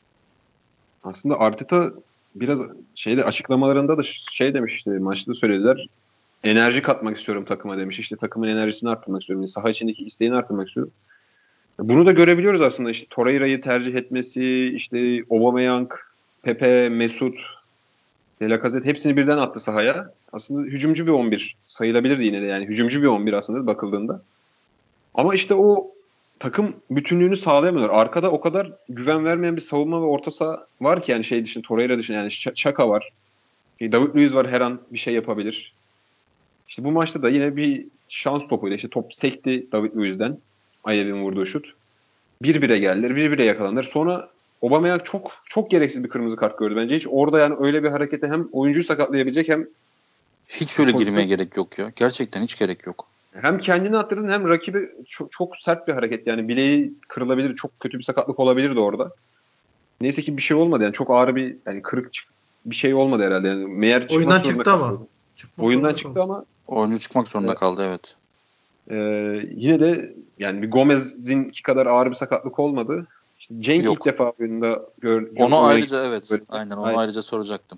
Aslında Arteta biraz şeyde açıklamalarında da şey demiş, işte maçta söylediler. Enerji katmak istiyorum takıma demiş. İşte takımın enerjisini arttırmak istiyorum. Yani saha içindeki isteğini arttırmak istiyorum. Bunu da görebiliyoruz aslında. İşte Torreira'yı tercih etmesi, işte Aubameyang, Pepe, Mesut, Lacazette hepsini birden attı sahaya. Aslında hücumcu bir on bir sayılabilirdi yine de, yani hücumcu bir on bir aslında bakıldığında. Ama işte o takım bütünlüğünü sağlayamıyorlar. Arkada o kadar güven vermeyen bir savunma ve orta saha var ki, yani şey dışında, Torreira dışında, yani Xhaka var. David Luiz var, her an bir şey yapabilir. İşte bu maçta da yine bir şans topuyla işte top sekti David Luiz'den. Ayev'in vurduğu şut. bir bire geldiler. bir bire yakalandılar. Sonra Aubameyang çok çok gereksiz bir kırmızı kart gördü bence. Hiç orada yani öyle bir harekete hem oyuncuyu sakatlayabilecek hem hiç öyle girmeye gerek yok ya. Gerçekten hiç gerek yok. Hem kendini attırdın hem rakibi, çok, çok sert bir hareket. Yani bileği kırılabilir. Çok kötü bir sakatlık olabilirdi orada. Neyse ki bir şey olmadı. Yani çok ağır bir, yani kırık bir şey olmadı herhalde. Yani meğer çıkmak Oyundan zorunda çıktı kaldı. ama. Çıkmak Oyundan çıktı kaldı. ama oyuncu çıkmak zorunda e, kaldı, evet. E, yine de yani bir Gomez'in kadar ağır bir sakatlık olmadı. İşte Cenk Yok. ilk defa oyunda gör, Onu oyuna ayrıca evet. böyle. Aynen, onu Aynen. ayrıca soracaktım.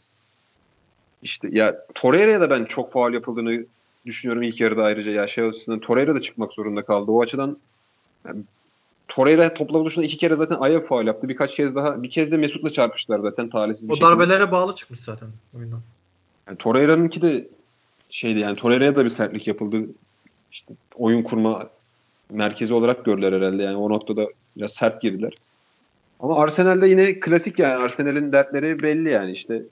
İşte ya Torreira'ya da ben çok faul yapıldığını düşünüyorum ilk yarıda ayrıca. Ya şey açısından Torreira da çıkmak zorunda kaldı. O açıdan yani Torreira topla buluşunda iki kere zaten Ayew faul yaptı. Birkaç kez daha, bir kez de Mesut'la çarpıştılar zaten talihsiz bir O şekilde. darbelere bağlı çıkmış zaten oyundan. Yani Torreira'nınki de şeydi, yani Torreira'ya da bir sertlik yapıldı. İşte oyun kurma merkezi olarak gördüler herhalde. Yani o noktada biraz sert girdiler. Ama Arsenal'de yine klasik, yani Arsenal'in dertleri belli yani, işte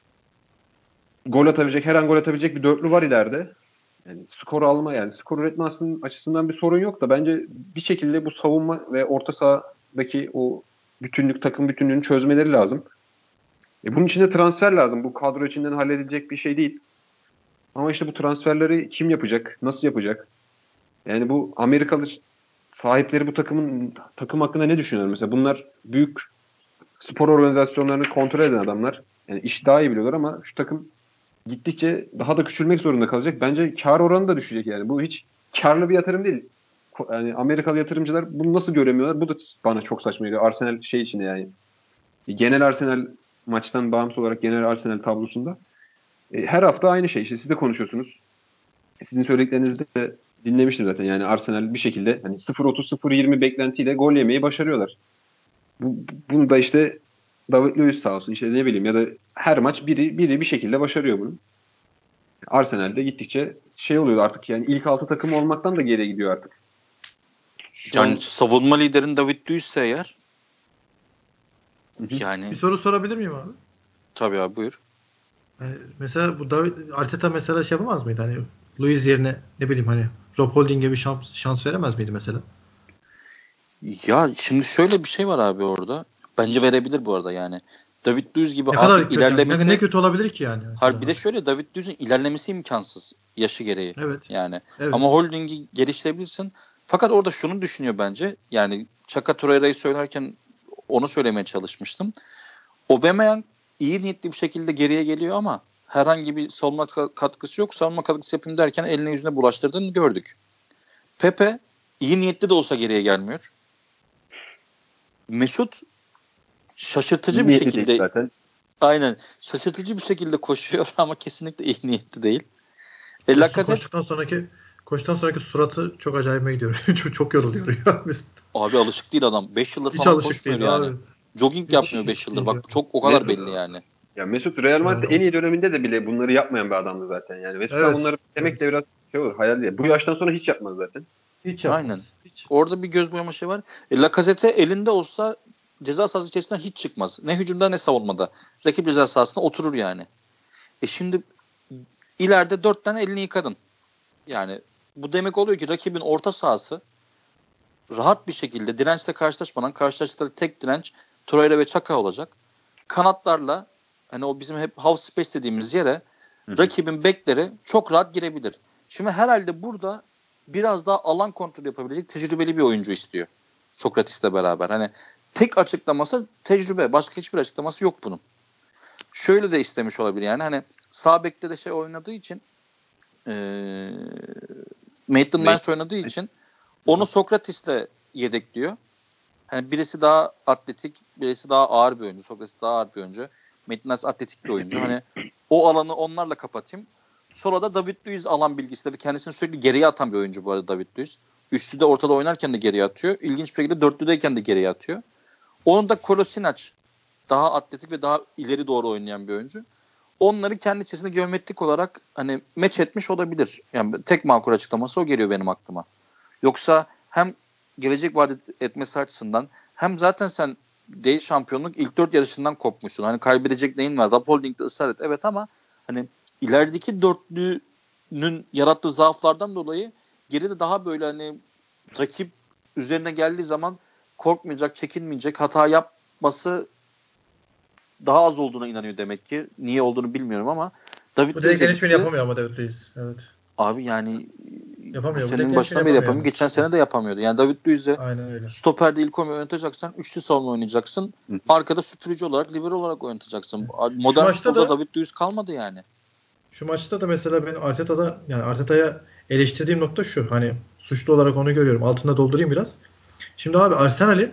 gol atabilecek, her an gol atabilecek bir dörtlü var ileride. Yani skor alma, yani skor üretme aslında açısından bir sorun yok da bence bir şekilde bu savunma ve orta sahadaki o bütünlük, takım bütünlüğünü çözmeleri lazım. E bunun için de transfer lazım. Bu kadro içinden halledilecek bir şey değil. Ama işte bu transferleri kim yapacak? Nasıl yapacak? Yani bu Amerikalı sahipleri bu takımın takım hakkında ne düşünüyor mesela? Bunlar büyük spor organizasyonlarını kontrol eden adamlar. Yani iş daha iyi biliyorlar ama şu takım gittikçe daha da küçülmek zorunda kalacak. Bence kar oranı da düşecek yani. Bu hiç karlı bir yatırım değil. Yani Amerikalı yatırımcılar bunu nasıl göremiyorlar? Bu da bana çok saçma geliyor. Arsenal şey içinde yani. Genel Arsenal maçtan bağımsız olarak genel Arsenal tablosunda. E, her hafta aynı şey. İşte siz de konuşuyorsunuz. E, sizin söylediklerinizi de dinlemiştim zaten. Yani Arsenal bir şekilde hani sıfır otuz sıfır yirmi beklentiyle gol yemeyi başarıyorlar. Bu, bunu da işte David Luiz sağ olsun, işte ne bileyim, ya da her maç biri biri bir şekilde başarıyor bunu. Arsenal'de gittikçe şey oluyor artık, yani ilk altı takım olmaktan da geriye gidiyor artık. Şu Yani an savunma liderin David Luiz'se eğer, hı hı. yani Bir soru sorabilir miyim abi? tabii abi, buyur. Yani mesela bu David Arteta mesela şey yapamaz mıydı? Hani Luiz yerine ne bileyim hani Rob Holding'e bir şans, şans veremez miydi mesela? Ya şimdi şöyle bir şey var abi orada. Bence verebilir bu arada yani. David Luiz gibi Ne kadar artık kötü yani ne, ne ilerlemesi, kötü olabilir ki yani har mesela bir de abi? şöyle, David Luiz'in ilerlemesi imkansız yaşı gereği. Evet. Yani ama Evet. Holding'i geliştirebilirsin. Fakat orada şunu düşünüyor bence. Yani Chaka Torreira'yı söylerken onu söylemeye çalışmıştım. Aubameyang iyi niyetli bir şekilde geriye geliyor ama herhangi bir savunma katkısı yok. Savunma katkısı yapayım derken eline yüzüne bulaştırdığını gördük. Pepe iyi niyetli de olsa geriye gelmiyor. Mesut şaşırtıcı İyi bir niyetli şekilde değil zaten. aynen şaşırtıcı bir şekilde koşuyor ama kesinlikle iyi niyetli değil. E, Mesut'un Lacazette koştuktan sonraki koştuktan sonraki suratı çok acayip gidiyor. çok, çok yoruluyor ya Mesut. abi alışık değil adam. beş yıldır Hiç falan alışık koşmuyor değil yani. abi. Jogging Hiç yapmıyor beş hiç yıldır. değil ya. Bak çok o kadar Mesut, belli yani. ya Mesut Real Madrid'de Yani en o- iyi döneminde de bile bunları yapmayan bir adamdı zaten. Yani Mesut'tan evet. bunları demek Evet. de biraz şey olur, hayal değil. Bu yaştan sonra hiç yapmaz zaten. Hiç Aynen. yapmaz. Hiç. Orada bir göz boyama şey var. E, Lacazette elinde olsa ceza sahası içerisinden hiç çıkmaz. Ne hücumda ne savunmada. Rakip ceza sahasına oturur yani. E şimdi ileride dört tane elini yıkadın. Yani bu demek oluyor ki rakibin orta sahası rahat bir şekilde dirençle karşılaşmadan karşılaştıkları tek direnç Torreira ve Çaka olacak. Kanatlarla hani o bizim hep half space dediğimiz yere Hı hı. rakibin bekleri çok rahat girebilir. Şimdi herhalde burada biraz daha alan kontrol yapabilecek tecrübeli bir oyuncu istiyor. Sokrates'le beraber. Hani tek açıklaması tecrübe. Başka hiçbir açıklaması yok bunun. Şöyle de istemiş olabilir yani. Hani sağ bekte de şey oynadığı için ee, Maitland-Niles oynadığı için onu Sokrates'le yedekliyor. Hani birisi daha atletik, birisi daha ağır bir oyuncu. Sokrates daha ağır bir oyuncu. Maitland-Niles atletik bir oyuncu. Hani o alanı onlarla kapatayım. Sonra da David Luiz alan bilgisi de kendisini sürekli geriye atan bir oyuncu bu arada David Luiz. Üçlüde ortada oynarken de geriye atıyor. İlginç bir şekilde dörtlüdeyken de geriye atıyor. Onun da Kolasinac daha atletik ve daha ileri doğru oynayan bir oyuncu. Onları kendi içerisinde geometrik olarak hani meç etmiş olabilir. Yani tek makul açıklaması o geliyor benim aklıma. Yoksa hem gelecek vaat etmesi açısından hem zaten sen değil şampiyonluk ilk dört yarışından kopmuşsun. Hani kaybedecek neyin var? Rapolding'de ısrar et. Evet ama hani ilerideki dörtlünün yarattığı zaaflardan dolayı geride daha böyle hani rakip üzerine geldiği zaman korkmayacak, çekinmeyecek, hata yapması daha az olduğuna inanıyor demek ki. Niye olduğunu bilmiyorum ama David Bu direkt Luiz'e genişmeni gitti. yapamıyor ama David Luiz. Evet. Abi yani bu Yapamıyor. Bu direkt senenin genişmeni başından beri yapamıyor yapamıyor. yani. Geçen sene de yapamıyordu. Yani David Luiz'e Aynen öyle. stoperde ilk on oynatacaksan üçlü savunma oynayacaksın. Hı. Arkada süpürücü olarak, libero olarak oynatacaksın. Şu Modern maçta futbolda da David Luiz kalmadı yani. Şu maçta da mesela ben Arteta'da yani Arteta'ya eleştirdiğim nokta şu. Hani suçlu olarak onu görüyorum. Altında doldurayım biraz. Şimdi abi Arsenal'i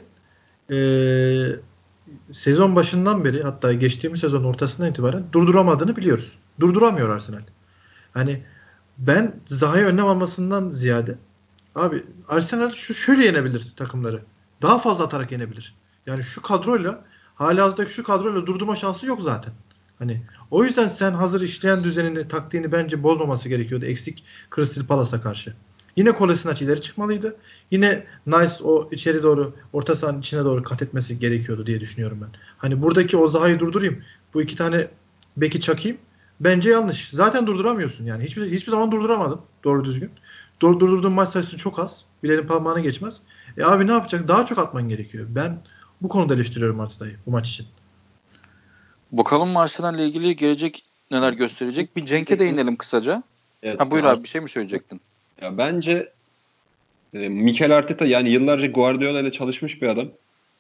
eee sezon başından beri hatta geçtiğimiz sezon ortasından itibaren durduramadığını biliyoruz. Durduramıyor Arsenal. Hani ben Zaha'ya önlem almasından ziyade abi Arsenal şu şöyle yenebilir takımları. Daha fazla atarak yenebilir. Yani şu kadroyla halihazırdaki şu kadroyla durdurma şansı yok zaten. Hani o yüzden sen hazır işleyen düzenini, taktiğini bence bozmaması gerekiyordu eksik Crystal Palace'a karşı. Yine Kolasinac ileri çıkmalıydı. Yine Nice o içeri doğru, orta sahanın içine doğru kat etmesi gerekiyordu diye düşünüyorum ben. Hani buradaki o Zaha'yı durdurayım. Bu iki tane beki çakayım. Bence yanlış. Zaten durduramıyorsun yani. Hiçbir hiçbir zaman durduramadın doğru düzgün. Dur, durdurduğun maç sayısı çok az. Bilenin parmağını geçmez. E abi ne yapacak? Daha çok atman gerekiyor. Ben bu konuda eleştiriyorum Arteta'yı bu maç için. Bakalım Arsenal'le ilgili gelecek neler gösterecek. Bir Cenk'e değinelim kısaca. Evet, Ha buyur ya, abi bir şey mi söyleyecektin? ya bence e, Mikel Arteta yani yıllarca Guardiola ile çalışmış bir adam.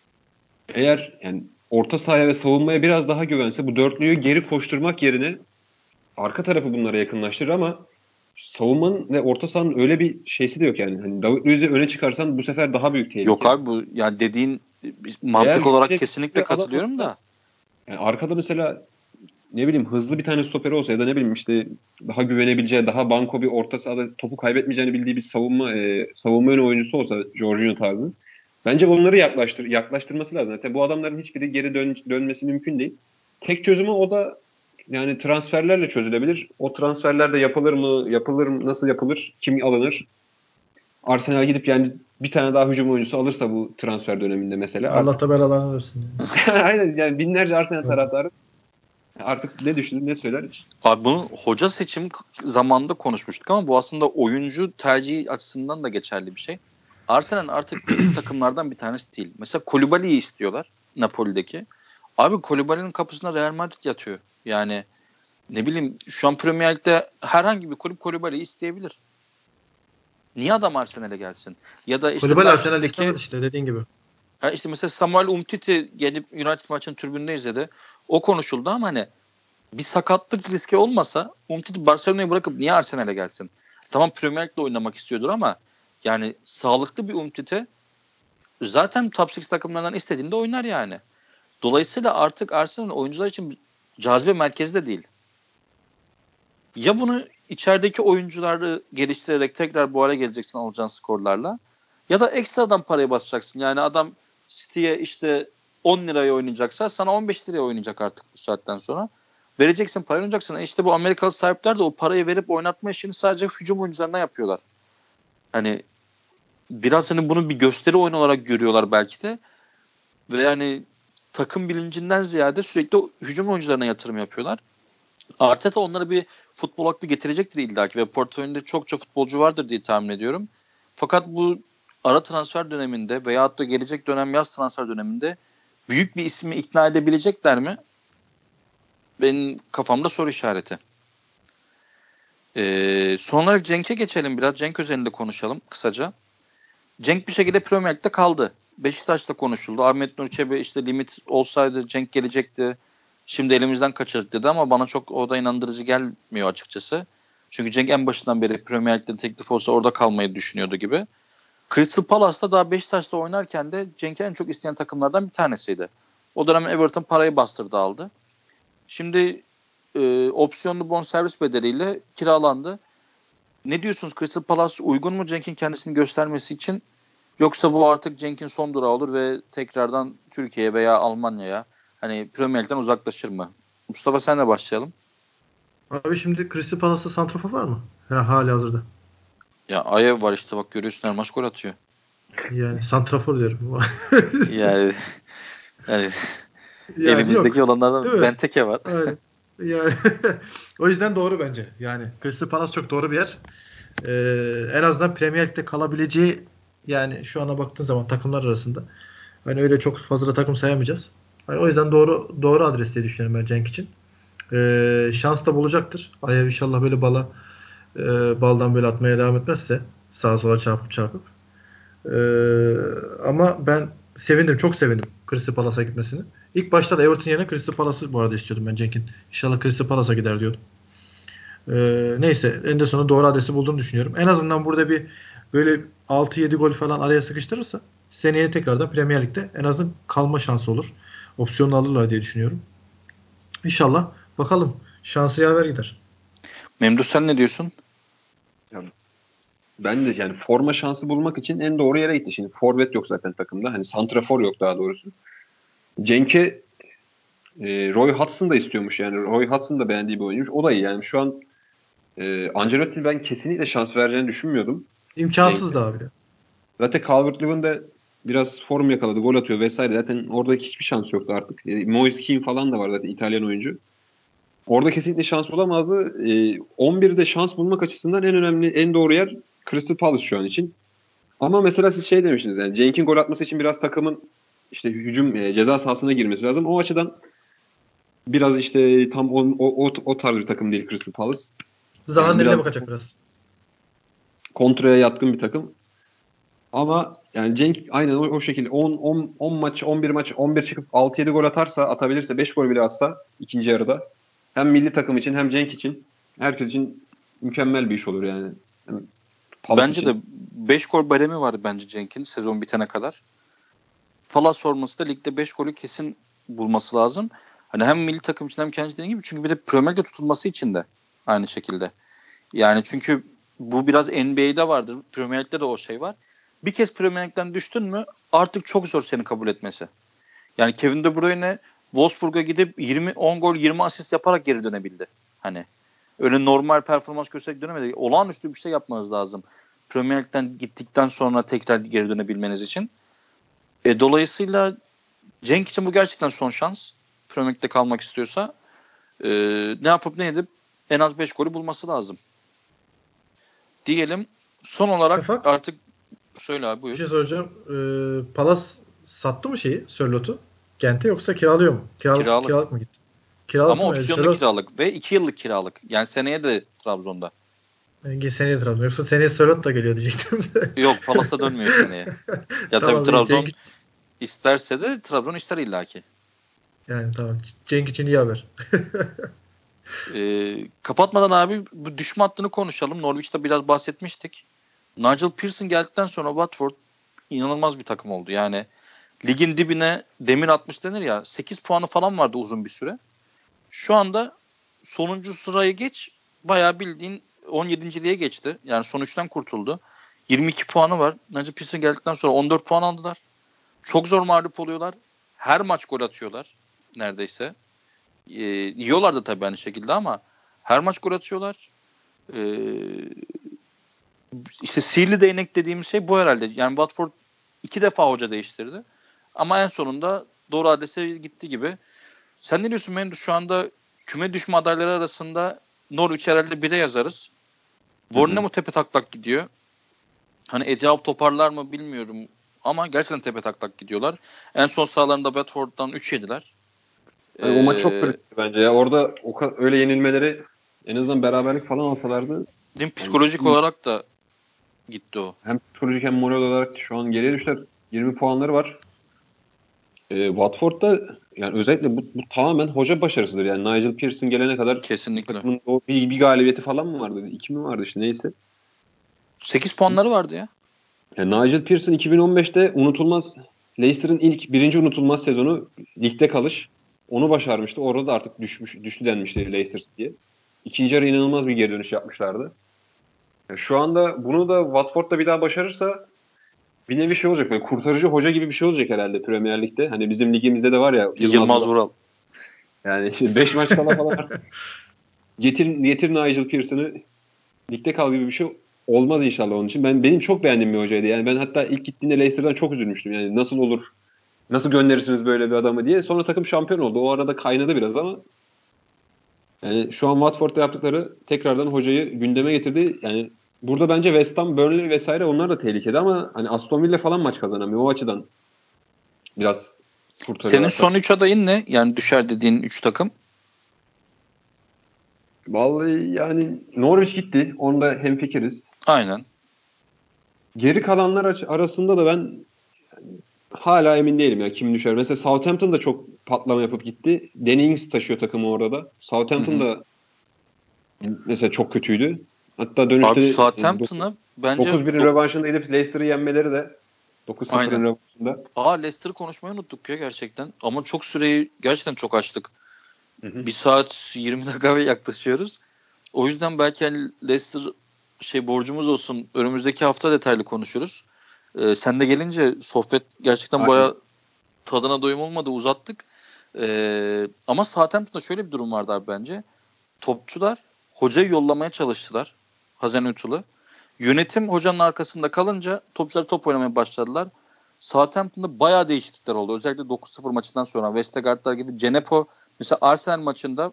Eğer yani orta sahaya ve savunmaya biraz daha güvense bu dörtlüyü geri koşturmak yerine arka tarafı bunlara yakınlaştırır ama savunmanın ve orta sahanın öyle bir şeysi de yok yani. Hani David Luiz'i öne çıkarsan bu sefer daha büyük Yok tehlike. abi bu yani dediğin Eğer mantık olarak yüksek kesinlikle bir adam katılıyorum olsa, da. yani arkada mesela ne bileyim hızlı bir tane stoperi olsa ya da ne bileyim işte daha güvenebileceği, daha banko bir orta sahada topu kaybetmeyeceğini bildiği bir savunma e, savunma yönü oyuncusu olsa Jorginho tarzı. Bence bunları yaklaştır yaklaştırması lazım. Zaten bu adamların hiçbiri geri dön, dönmesi mümkün değil. Tek çözümü o da yani transferlerle çözülebilir. O transferler de yapılır mı? Yapılır mı? Nasıl yapılır? Kim alınır? Arsenal gidip yani bir tane daha hücum oyuncusu alırsa bu transfer döneminde mesela Allah artık da belalarını versin. aynen yani binlerce Arsenal Evet. taraftarı artık ne düşünür ne söyler hiç. Abi bunu hoca seçim zamanında konuşmuştuk ama bu aslında oyuncu tercihi açısından da geçerli bir şey. Arsenal artık büyük takımlardan bir tanesi değil. Mesela Koulibaly'yi istiyorlar Napoli'deki. Abi Koulibaly'nin kapısına Real Madrid yatıyor. Yani ne bileyim şu an Premier Lig'de herhangi bir kulüp Koulibaly'yi isteyebilir. Niye adam Arsenal'e gelsin? Ya da işte Kulübel Arsenal istemez Leipzig'teki işte dediğin gibi. Ha işte mesela Samuel Umtiti gelip United maçının tribünde izledi. O konuşuldu ama hani bir sakatlık riski olmasa Umtiti Barcelona'yı bırakıp niye Arsenal'e gelsin? Tamam Premier Lig'de oynamak istiyordur ama yani sağlıklı bir Umtiti zaten top altı takımlarından istediğinde oynar yani. Dolayısıyla artık Arsenal oyuncular için cazibe merkezi de değil. Ya bunu içerideki oyuncuları geliştirerek tekrar bu hale geleceksin alacağın skorlarla ya da ekstradan parayı basacaksın. Yani adam City'ye işte on liraya oynayacaksa sana on beş liraya oynayacak artık bu saatten sonra. Vereceksin parayı oynayacaksın. İşte bu Amerikalı sahipler de o parayı verip oynatma işini sadece hücum oyuncularına yapıyorlar. Hani biraz hani bunu bir gösteri oyunu olarak görüyorlar belki de. Ve yani takım bilincinden ziyade sürekli hücum oyuncularına yatırım yapıyorlar. Arteta onları bir futbol aklı getirecektir illaki ve portföyünde çokça futbolcu vardır diye tahmin ediyorum. Fakat bu ara transfer döneminde veyahut da gelecek dönem yaz transfer döneminde büyük bir ismi ikna edebilecekler mi? Benim kafamda soru işareti. Ee, son olarak Cenk'e geçelim biraz. Cenk özelinde konuşalım kısaca. Cenk bir şekilde Premier Lig'de kaldı. Beşiktaş'ta konuşuldu. Ahmet Nur Çebi işte limit olsaydı Cenk gelecekti. Şimdi elimizden kaçırdık dedi ama bana çok o da inandırıcı gelmiyor açıkçası. Çünkü Cenk en başından beri Premier Lig'de teklif olsa orada kalmayı düşünüyordu gibi. Crystal Palace'ta daha Beşiktaş'ta oynarken de Cenk'i en çok isteyen takımlardan bir tanesiydi. O dönem Everton parayı bastırdı aldı. Şimdi e, opsiyonlu bonservis bedeliyle kiralandı. Ne diyorsunuz? Crystal Palace uygun mu Cenk'in kendisini göstermesi için? Yoksa bu artık Cenk'in son durağı olur ve tekrardan Türkiye'ye veya Almanya'ya hani Premier Lig'den uzaklaşır mı? Mustafa senle başlayalım. Abi şimdi Crystal Palace'ta santrafor var mı? Ha, hali hazırda. Ya Ayev var işte bak görüyorsun her maç gol atıyor. Yani santrafor derim. yani yani Yani elimizdeki yok. olanlardan Değil mi? Benteke var. Aynen. Yani o yüzden doğru bence. Yani Crystal Palace çok doğru bir yer. Ee, en azından Premier Lig'de kalabileceği yani şu ana baktığın zaman takımlar arasında hani öyle çok fazla da takım sayamayacağız. Yani o yüzden doğru doğru adres diye düşünüyorum ben Cenk için. Ee, şans da bulacaktır. Ayav inşallah böyle bala e, baldan böyle atmaya devam etmezse sağa sola çarpıp çarpıp. Ee, ama ben sevindim. Çok sevindim Crystal Palace'a gitmesini. İlk başta da Everton yerine Crystal Palace'ı bu arada istiyordum ben Cenk'in. İnşallah Crystal Palace'a gider diyordum. Ee, neyse en de sonunda doğru adresi bulduğunu düşünüyorum. En azından burada bir böyle altı yedi gol falan araya sıkıştırırsa seneye tekrardan Premier Lig'de en azından kalma şansı olur. Opsiyonu alırlar diye düşünüyorum. İnşallah. Bakalım. Şansı yaver gider. Memduh sen ne diyorsun? Yani ben de yani forma şansı bulmak için en doğru yere gitti. Şimdi forvet yok zaten takımda. Hani santrafor yok daha doğrusu. Cenk'e e, Roy Hodgson da istiyormuş yani. Roy Hodgson da beğendiği bir oyuncuymuş. O da iyi yani. Şu an e, Ancelotti'nin ben kesinlikle şans vereceğini düşünmüyordum İmkansız Cenk'e. da abi. Zaten Calvert-Lewin de biraz form yakaladı. Gol atıyor vesaire. Zaten orada hiçbir şans yoktu artık. E, Moise Kean falan da var zaten İtalyan oyuncu. Orada kesinlikle şans bulamazdı. E, on birde şans bulmak açısından en önemli, en doğru yer Crystal Palace şu an için. Ama mesela siz şey demiştiniz yani Cenk'in gol atması için biraz takımın işte hücum e, ceza sahasına girmesi lazım. O açıdan biraz işte tam o, o, o, o tarz bir takım değil Crystal Palace. Zaha'nın Yani eline biraz bakacak biraz. kontraya yatkın bir takım. Ama yani Cenk aynen o, o şekilde on, on, on maç, on bir maç, on bir çıkıp altı yedi gol atarsa, atabilirse, beş gol bile atsa ikinci yarıda hem milli takım için hem Cenk için herkes için mükemmel bir iş olur yani. Hem Palace Bence için. de beş gol baremi var bence Cenk'in sezon bitene kadar. Palace forması da ligde beş golü kesin bulması lazım. Hani hem milli takım için hem kendi dediğim gibi çünkü bir de Premier Lig'de tutulması için de aynı şekilde. Yani çünkü bu biraz N B A'de vardır. Premier Lig'de de o şey var. Bir kez Premier Lig'den düştün mü artık çok zor seni kabul etmesi. Yani Kevin De Bruyne Wolfsburg'a gidip yirmi on gol yirmi asist yaparak geri dönebildi. Hani öyle normal performans göstererek dönemedi. Olağanüstü bir şey yapmanız lazım. Premier Lig'den gittikten sonra tekrar geri dönebilmeniz için. E, dolayısıyla Cenk için bu gerçekten son şans. Premier Lig'de kalmak istiyorsa e, ne yapıp ne edip en az beş golü bulması lazım. Diyelim son olarak Şafak artık söyle abi bir buyur. şey soracağım. Ee, Palas sattı mı şeyi Sörlot'u? Gent'e yoksa kiralıyor mu? Kiralık Kiralık. kiralık mı gitti? Kiralık Ama değil mi? Yani opsiyonlu Sörlot kiralık ve iki yıllık kiralık. Yani seneye de Trabzon'da. yani seneye Trabzon. Yoksa seneye Sörlot da geliyor diyecektim de. Yok Palas'a dönmüyor seneye. Ya tabii Tamam iyi. Trabzon Cenk, İsterse de Trabzon ister illaki. Yani tamam. Cenk için iyi haber. Ee, kapatmadan abi bu düşme hattını konuşalım. Norwich'te biraz bahsetmiştik. Nigel Pearson geldikten sonra Watford inanılmaz bir takım oldu. Yani ligin dibine demir atmış denir ya. sekiz puanı falan vardı uzun bir süre. Şu anda sonuncu sırayı geç, bayağı bildiğin on yedinciliğe geçti. Yani son üçten kurtuldu. yirmi iki puanı var. Nigel Pearson geldikten sonra on dört puan aldılar. Çok zor mağlup oluyorlar. Her maç gol atıyorlar neredeyse. Ee, yiyorlar da tabii aynı şekilde ama her maç gol atıyorlar. Ee, işte sihirli değnek dediğimiz şey bu herhalde. Yani Watford iki defa hoca değiştirdi. Ama en sonunda doğru adrese gitti gibi. Sen ne diyorsun Memduh? Şu anda küme düşme adayları arasında Norwich herhalde bire yazarız. Bournemouth tepe taklak gidiyor. Hani Eddie Howe toparlar mı bilmiyorum. Ama gerçekten tepe taklak gidiyorlar. En son sahalarında Watford'dan üç yediler. Yani Ee, o maç çok kritikti bence ya. Orada o kadar, öyle yenilmeleri en azından beraberlik falan alsalardı. Değil mi? Psikolojik Yani, olarak da gitti o. hem psikolojik hem moral olarak şu an geriye düştüler. yirmi puanları var. E, Watford'da yani özellikle bu, bu tamamen hoca başarısıdır. Yani Nigel Pearson gelene kadar bu Kesinlikle. takımın o bir, bir galibiyeti falan mı vardı? İki mi vardı işte neyse. sekiz puanları vardı ya. Yani Nigel Pearson iki bin on beşte unutulmaz Leicester'ın ilk birinci unutulmaz sezonu ligde kalış. Onu başarmıştı. Orada da artık düşmüş, düştü denmişti Leicester diye. İkinci yarı inanılmaz bir geri dönüş yapmışlardı. Yani şu anda bunu da Watford'da bir daha başarırsa bir nevi şey olacak. Böyle kurtarıcı hoca gibi bir şey olacak herhalde Premier Lig'de. Hani bizim ligimizde de var ya Yılmaz, Yılmaz Vural. Yani beş maç kala falan artık getir, getir Nigel Pearson'ı ligde kal gibi bir şey olmaz inşallah onun için. Ben benim çok beğendiğim bir hocaydı. Yani ben hatta ilk gittiğinde Leicester'dan çok üzülmüştüm. Yani nasıl olur? Nasıl gönderirsiniz böyle bir adamı diye. Sonra takım şampiyon oldu. O arada kaynadı biraz ama yani şu an Watford'da yaptıkları tekrardan hocayı gündeme getirdi. Yani burada bence West Ham, Burnley vesaire onlar da tehlikeli ama hani Aston Villa falan maç kazanamıyor. O açıdan biraz Senin kurtarıyorlar. son üç adayın ne? Yani düşer dediğin üç takım. Vallahi yani Norwich gitti. Onda hemfikiriz. Aynen. Geri kalanlar aç- arasında da ben hala emin değilim ya kim düşer. Mesela Southampton da çok patlama yapıp gitti. Danny Ings taşıyor takımı orada da. Southampton Hı hı. da mesela çok kötüydü. Hatta Abi dönüşte Southampton'ı bence dokuz birin do- rövanşında gidip Leicester'ı yenmeleri de dokuz sıfırın aynen. rövanşında. Aa Leicester'ı konuşmayı unuttuk ya gerçekten. Ama çok süreyi gerçekten çok açtık. Hı hı. Bir saat yirmi dakika yaklaşıyoruz. O yüzden belki hani Leicester şey borcumuz olsun. Önümüzdeki hafta detaylı konuşuruz. Ee, sen de gelince sohbet gerçekten Aynen. bayağı tadına doyum olmadı, uzattık. Ee, ama Southampton'da şöyle bir durum vardı abi bence. Topçular hocayı yollamaya çalıştılar. Hazenhüttl'ü. Yönetim hocanın arkasında kalınca topçular top oynamaya başladılar. Southampton'da bayağı değişiklikler oldu. Özellikle dokuz sıfır maçından sonra Vestergaard'lar gibi. Cenepo mesela Arsenal maçında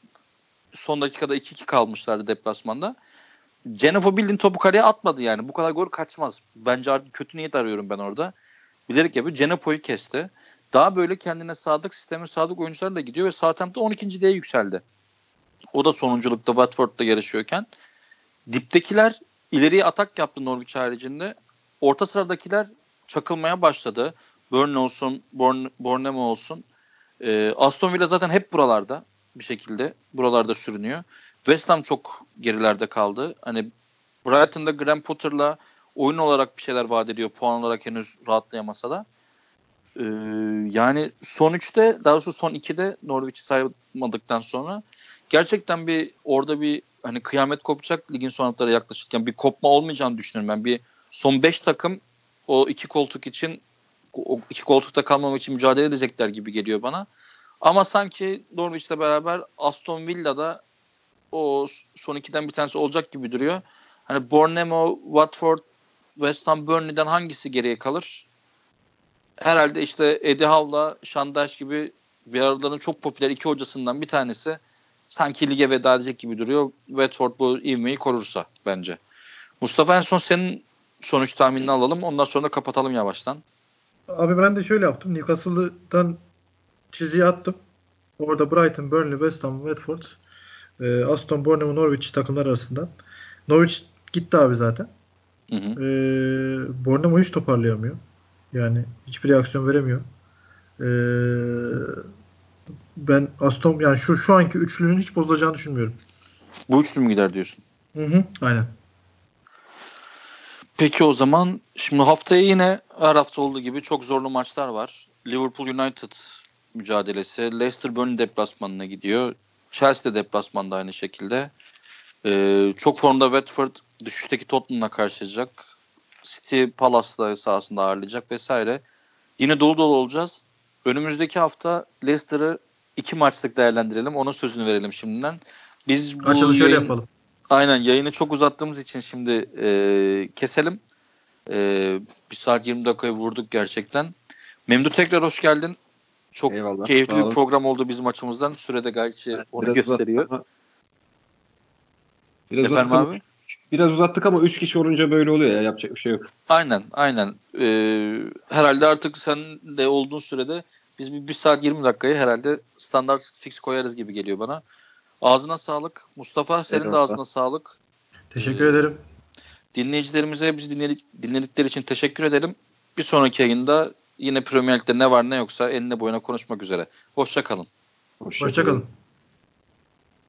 son dakikada iki iki kalmışlardı deplasmanda. Cenepo bildiğin topu kaleye atmadı yani. Bu kadar gol kaçmaz. Bence artık kötü niyet arıyorum ben orada. Bilerek yapıyor. Cenepo'yu kesti. Daha böyle kendine sadık, sisteme sadık oyuncularla gidiyor ve Southampton on ikinciliğe yükseldi. O da sonunculukta Watford'da yarışıyorken. Diptekiler ileriye atak yaptı Norwich haricinde. Orta sıradakiler çakılmaya başladı. Burnley olsun, Born- Bournemouth olsun. Ee, Aston Villa zaten hep buralarda bir şekilde. Buralarda sürünüyor. West Ham çok gerilerde kaldı. Hani Brighton'da Graham Potter'la oyun olarak bir şeyler vaat ediyor. Puan olarak henüz rahatlayamasa da. Ee, yani son üçte, daha doğrusu son ikide Norwich'i saymadıktan sonra gerçekten bir orada bir hani kıyamet kopacak ligin son haftalara yaklaşırken bir kopma olmayacağını düşünüyorum ben. Bir son beş takım o iki koltuk için o iki koltukta kalmamak için mücadele edecekler gibi geliyor bana. Ama sanki Norwich'le beraber Aston Villa'da o son ikiden bir tanesi olacak gibi duruyor. Hani Bournemouth, Watford, West Ham, Burnley'den hangisi geriye kalır? Herhalde işte Eddie Howe'la Şandaş gibi bir aralarının çok popüler iki hocasından bir tanesi sanki lige veda edecek gibi duruyor. Watford bu ivmeyi korursa bence. Mustafa en son senin sonuç tahminini alalım. Ondan sonra da kapatalım yavaştan. Abi ben de şöyle yaptım. Newcastle'dan çiziyi attım. Orada Brighton, Burnley, West Ham, Watford, e, Aston, Bournemouth, Norwich takımlar arasından. Norwich gitti abi zaten. Hı hı. E, Bournemouth hiç toparlayamıyor. Yani hiçbir reaksiyon veremiyor. Ee, ben Aston yani şu şu anki üçlünün hiç bozulacağını düşünmüyorum. Bu üçlü mü gider diyorsun? Hı hı, aynen. Peki o zaman şimdi haftaya yine her hafta olduğu gibi çok zorlu maçlar var. Liverpool United mücadelesi. Leicester Burnley deplasmanına gidiyor. Chelsea de deplasmanda aynı şekilde. Ee, çok formda Watford düşüşteki Tottenham'la karşılaşacak. City Palace'da sahasında ağırlayacak vesaire. Yine dolu dolu olacağız. Önümüzdeki hafta Leicester'ı iki maçlık değerlendirelim. Onun sözünü verelim şimdiden. Biz bu Açılışı öyle yayın, yapalım. aynen yayını çok uzattığımız için şimdi e, keselim. E, bir saat yirmi dakikayı vurduk gerçekten. Memdu tekrar hoş geldin. Çok Eyvallah. keyifli bir program oldu bizim açımızdan. Sürede gerçi evet, onu gösteriyor. Uzattık ama, biraz Efendim uzattık abi? Ama, biraz uzattık ama üç kişi olunca böyle oluyor ya. Yapacak bir şey yok. Aynen aynen. Ee, herhalde artık sen de olduğun sürede biz bir, bir saat yirmi dakikayı herhalde standart fix koyarız gibi geliyor bana. Ağzına sağlık. Mustafa senin Eyvallah. de ağzına sağlık. Teşekkür Ee, ederim. Dinleyicilerimize bizi dinledik, dinledikleri için teşekkür edelim. Bir sonraki yayında yine Premier Lig'de ne var ne yoksa enine boyuna konuşmak üzere. Hoşça kalın. Hoşça kalın.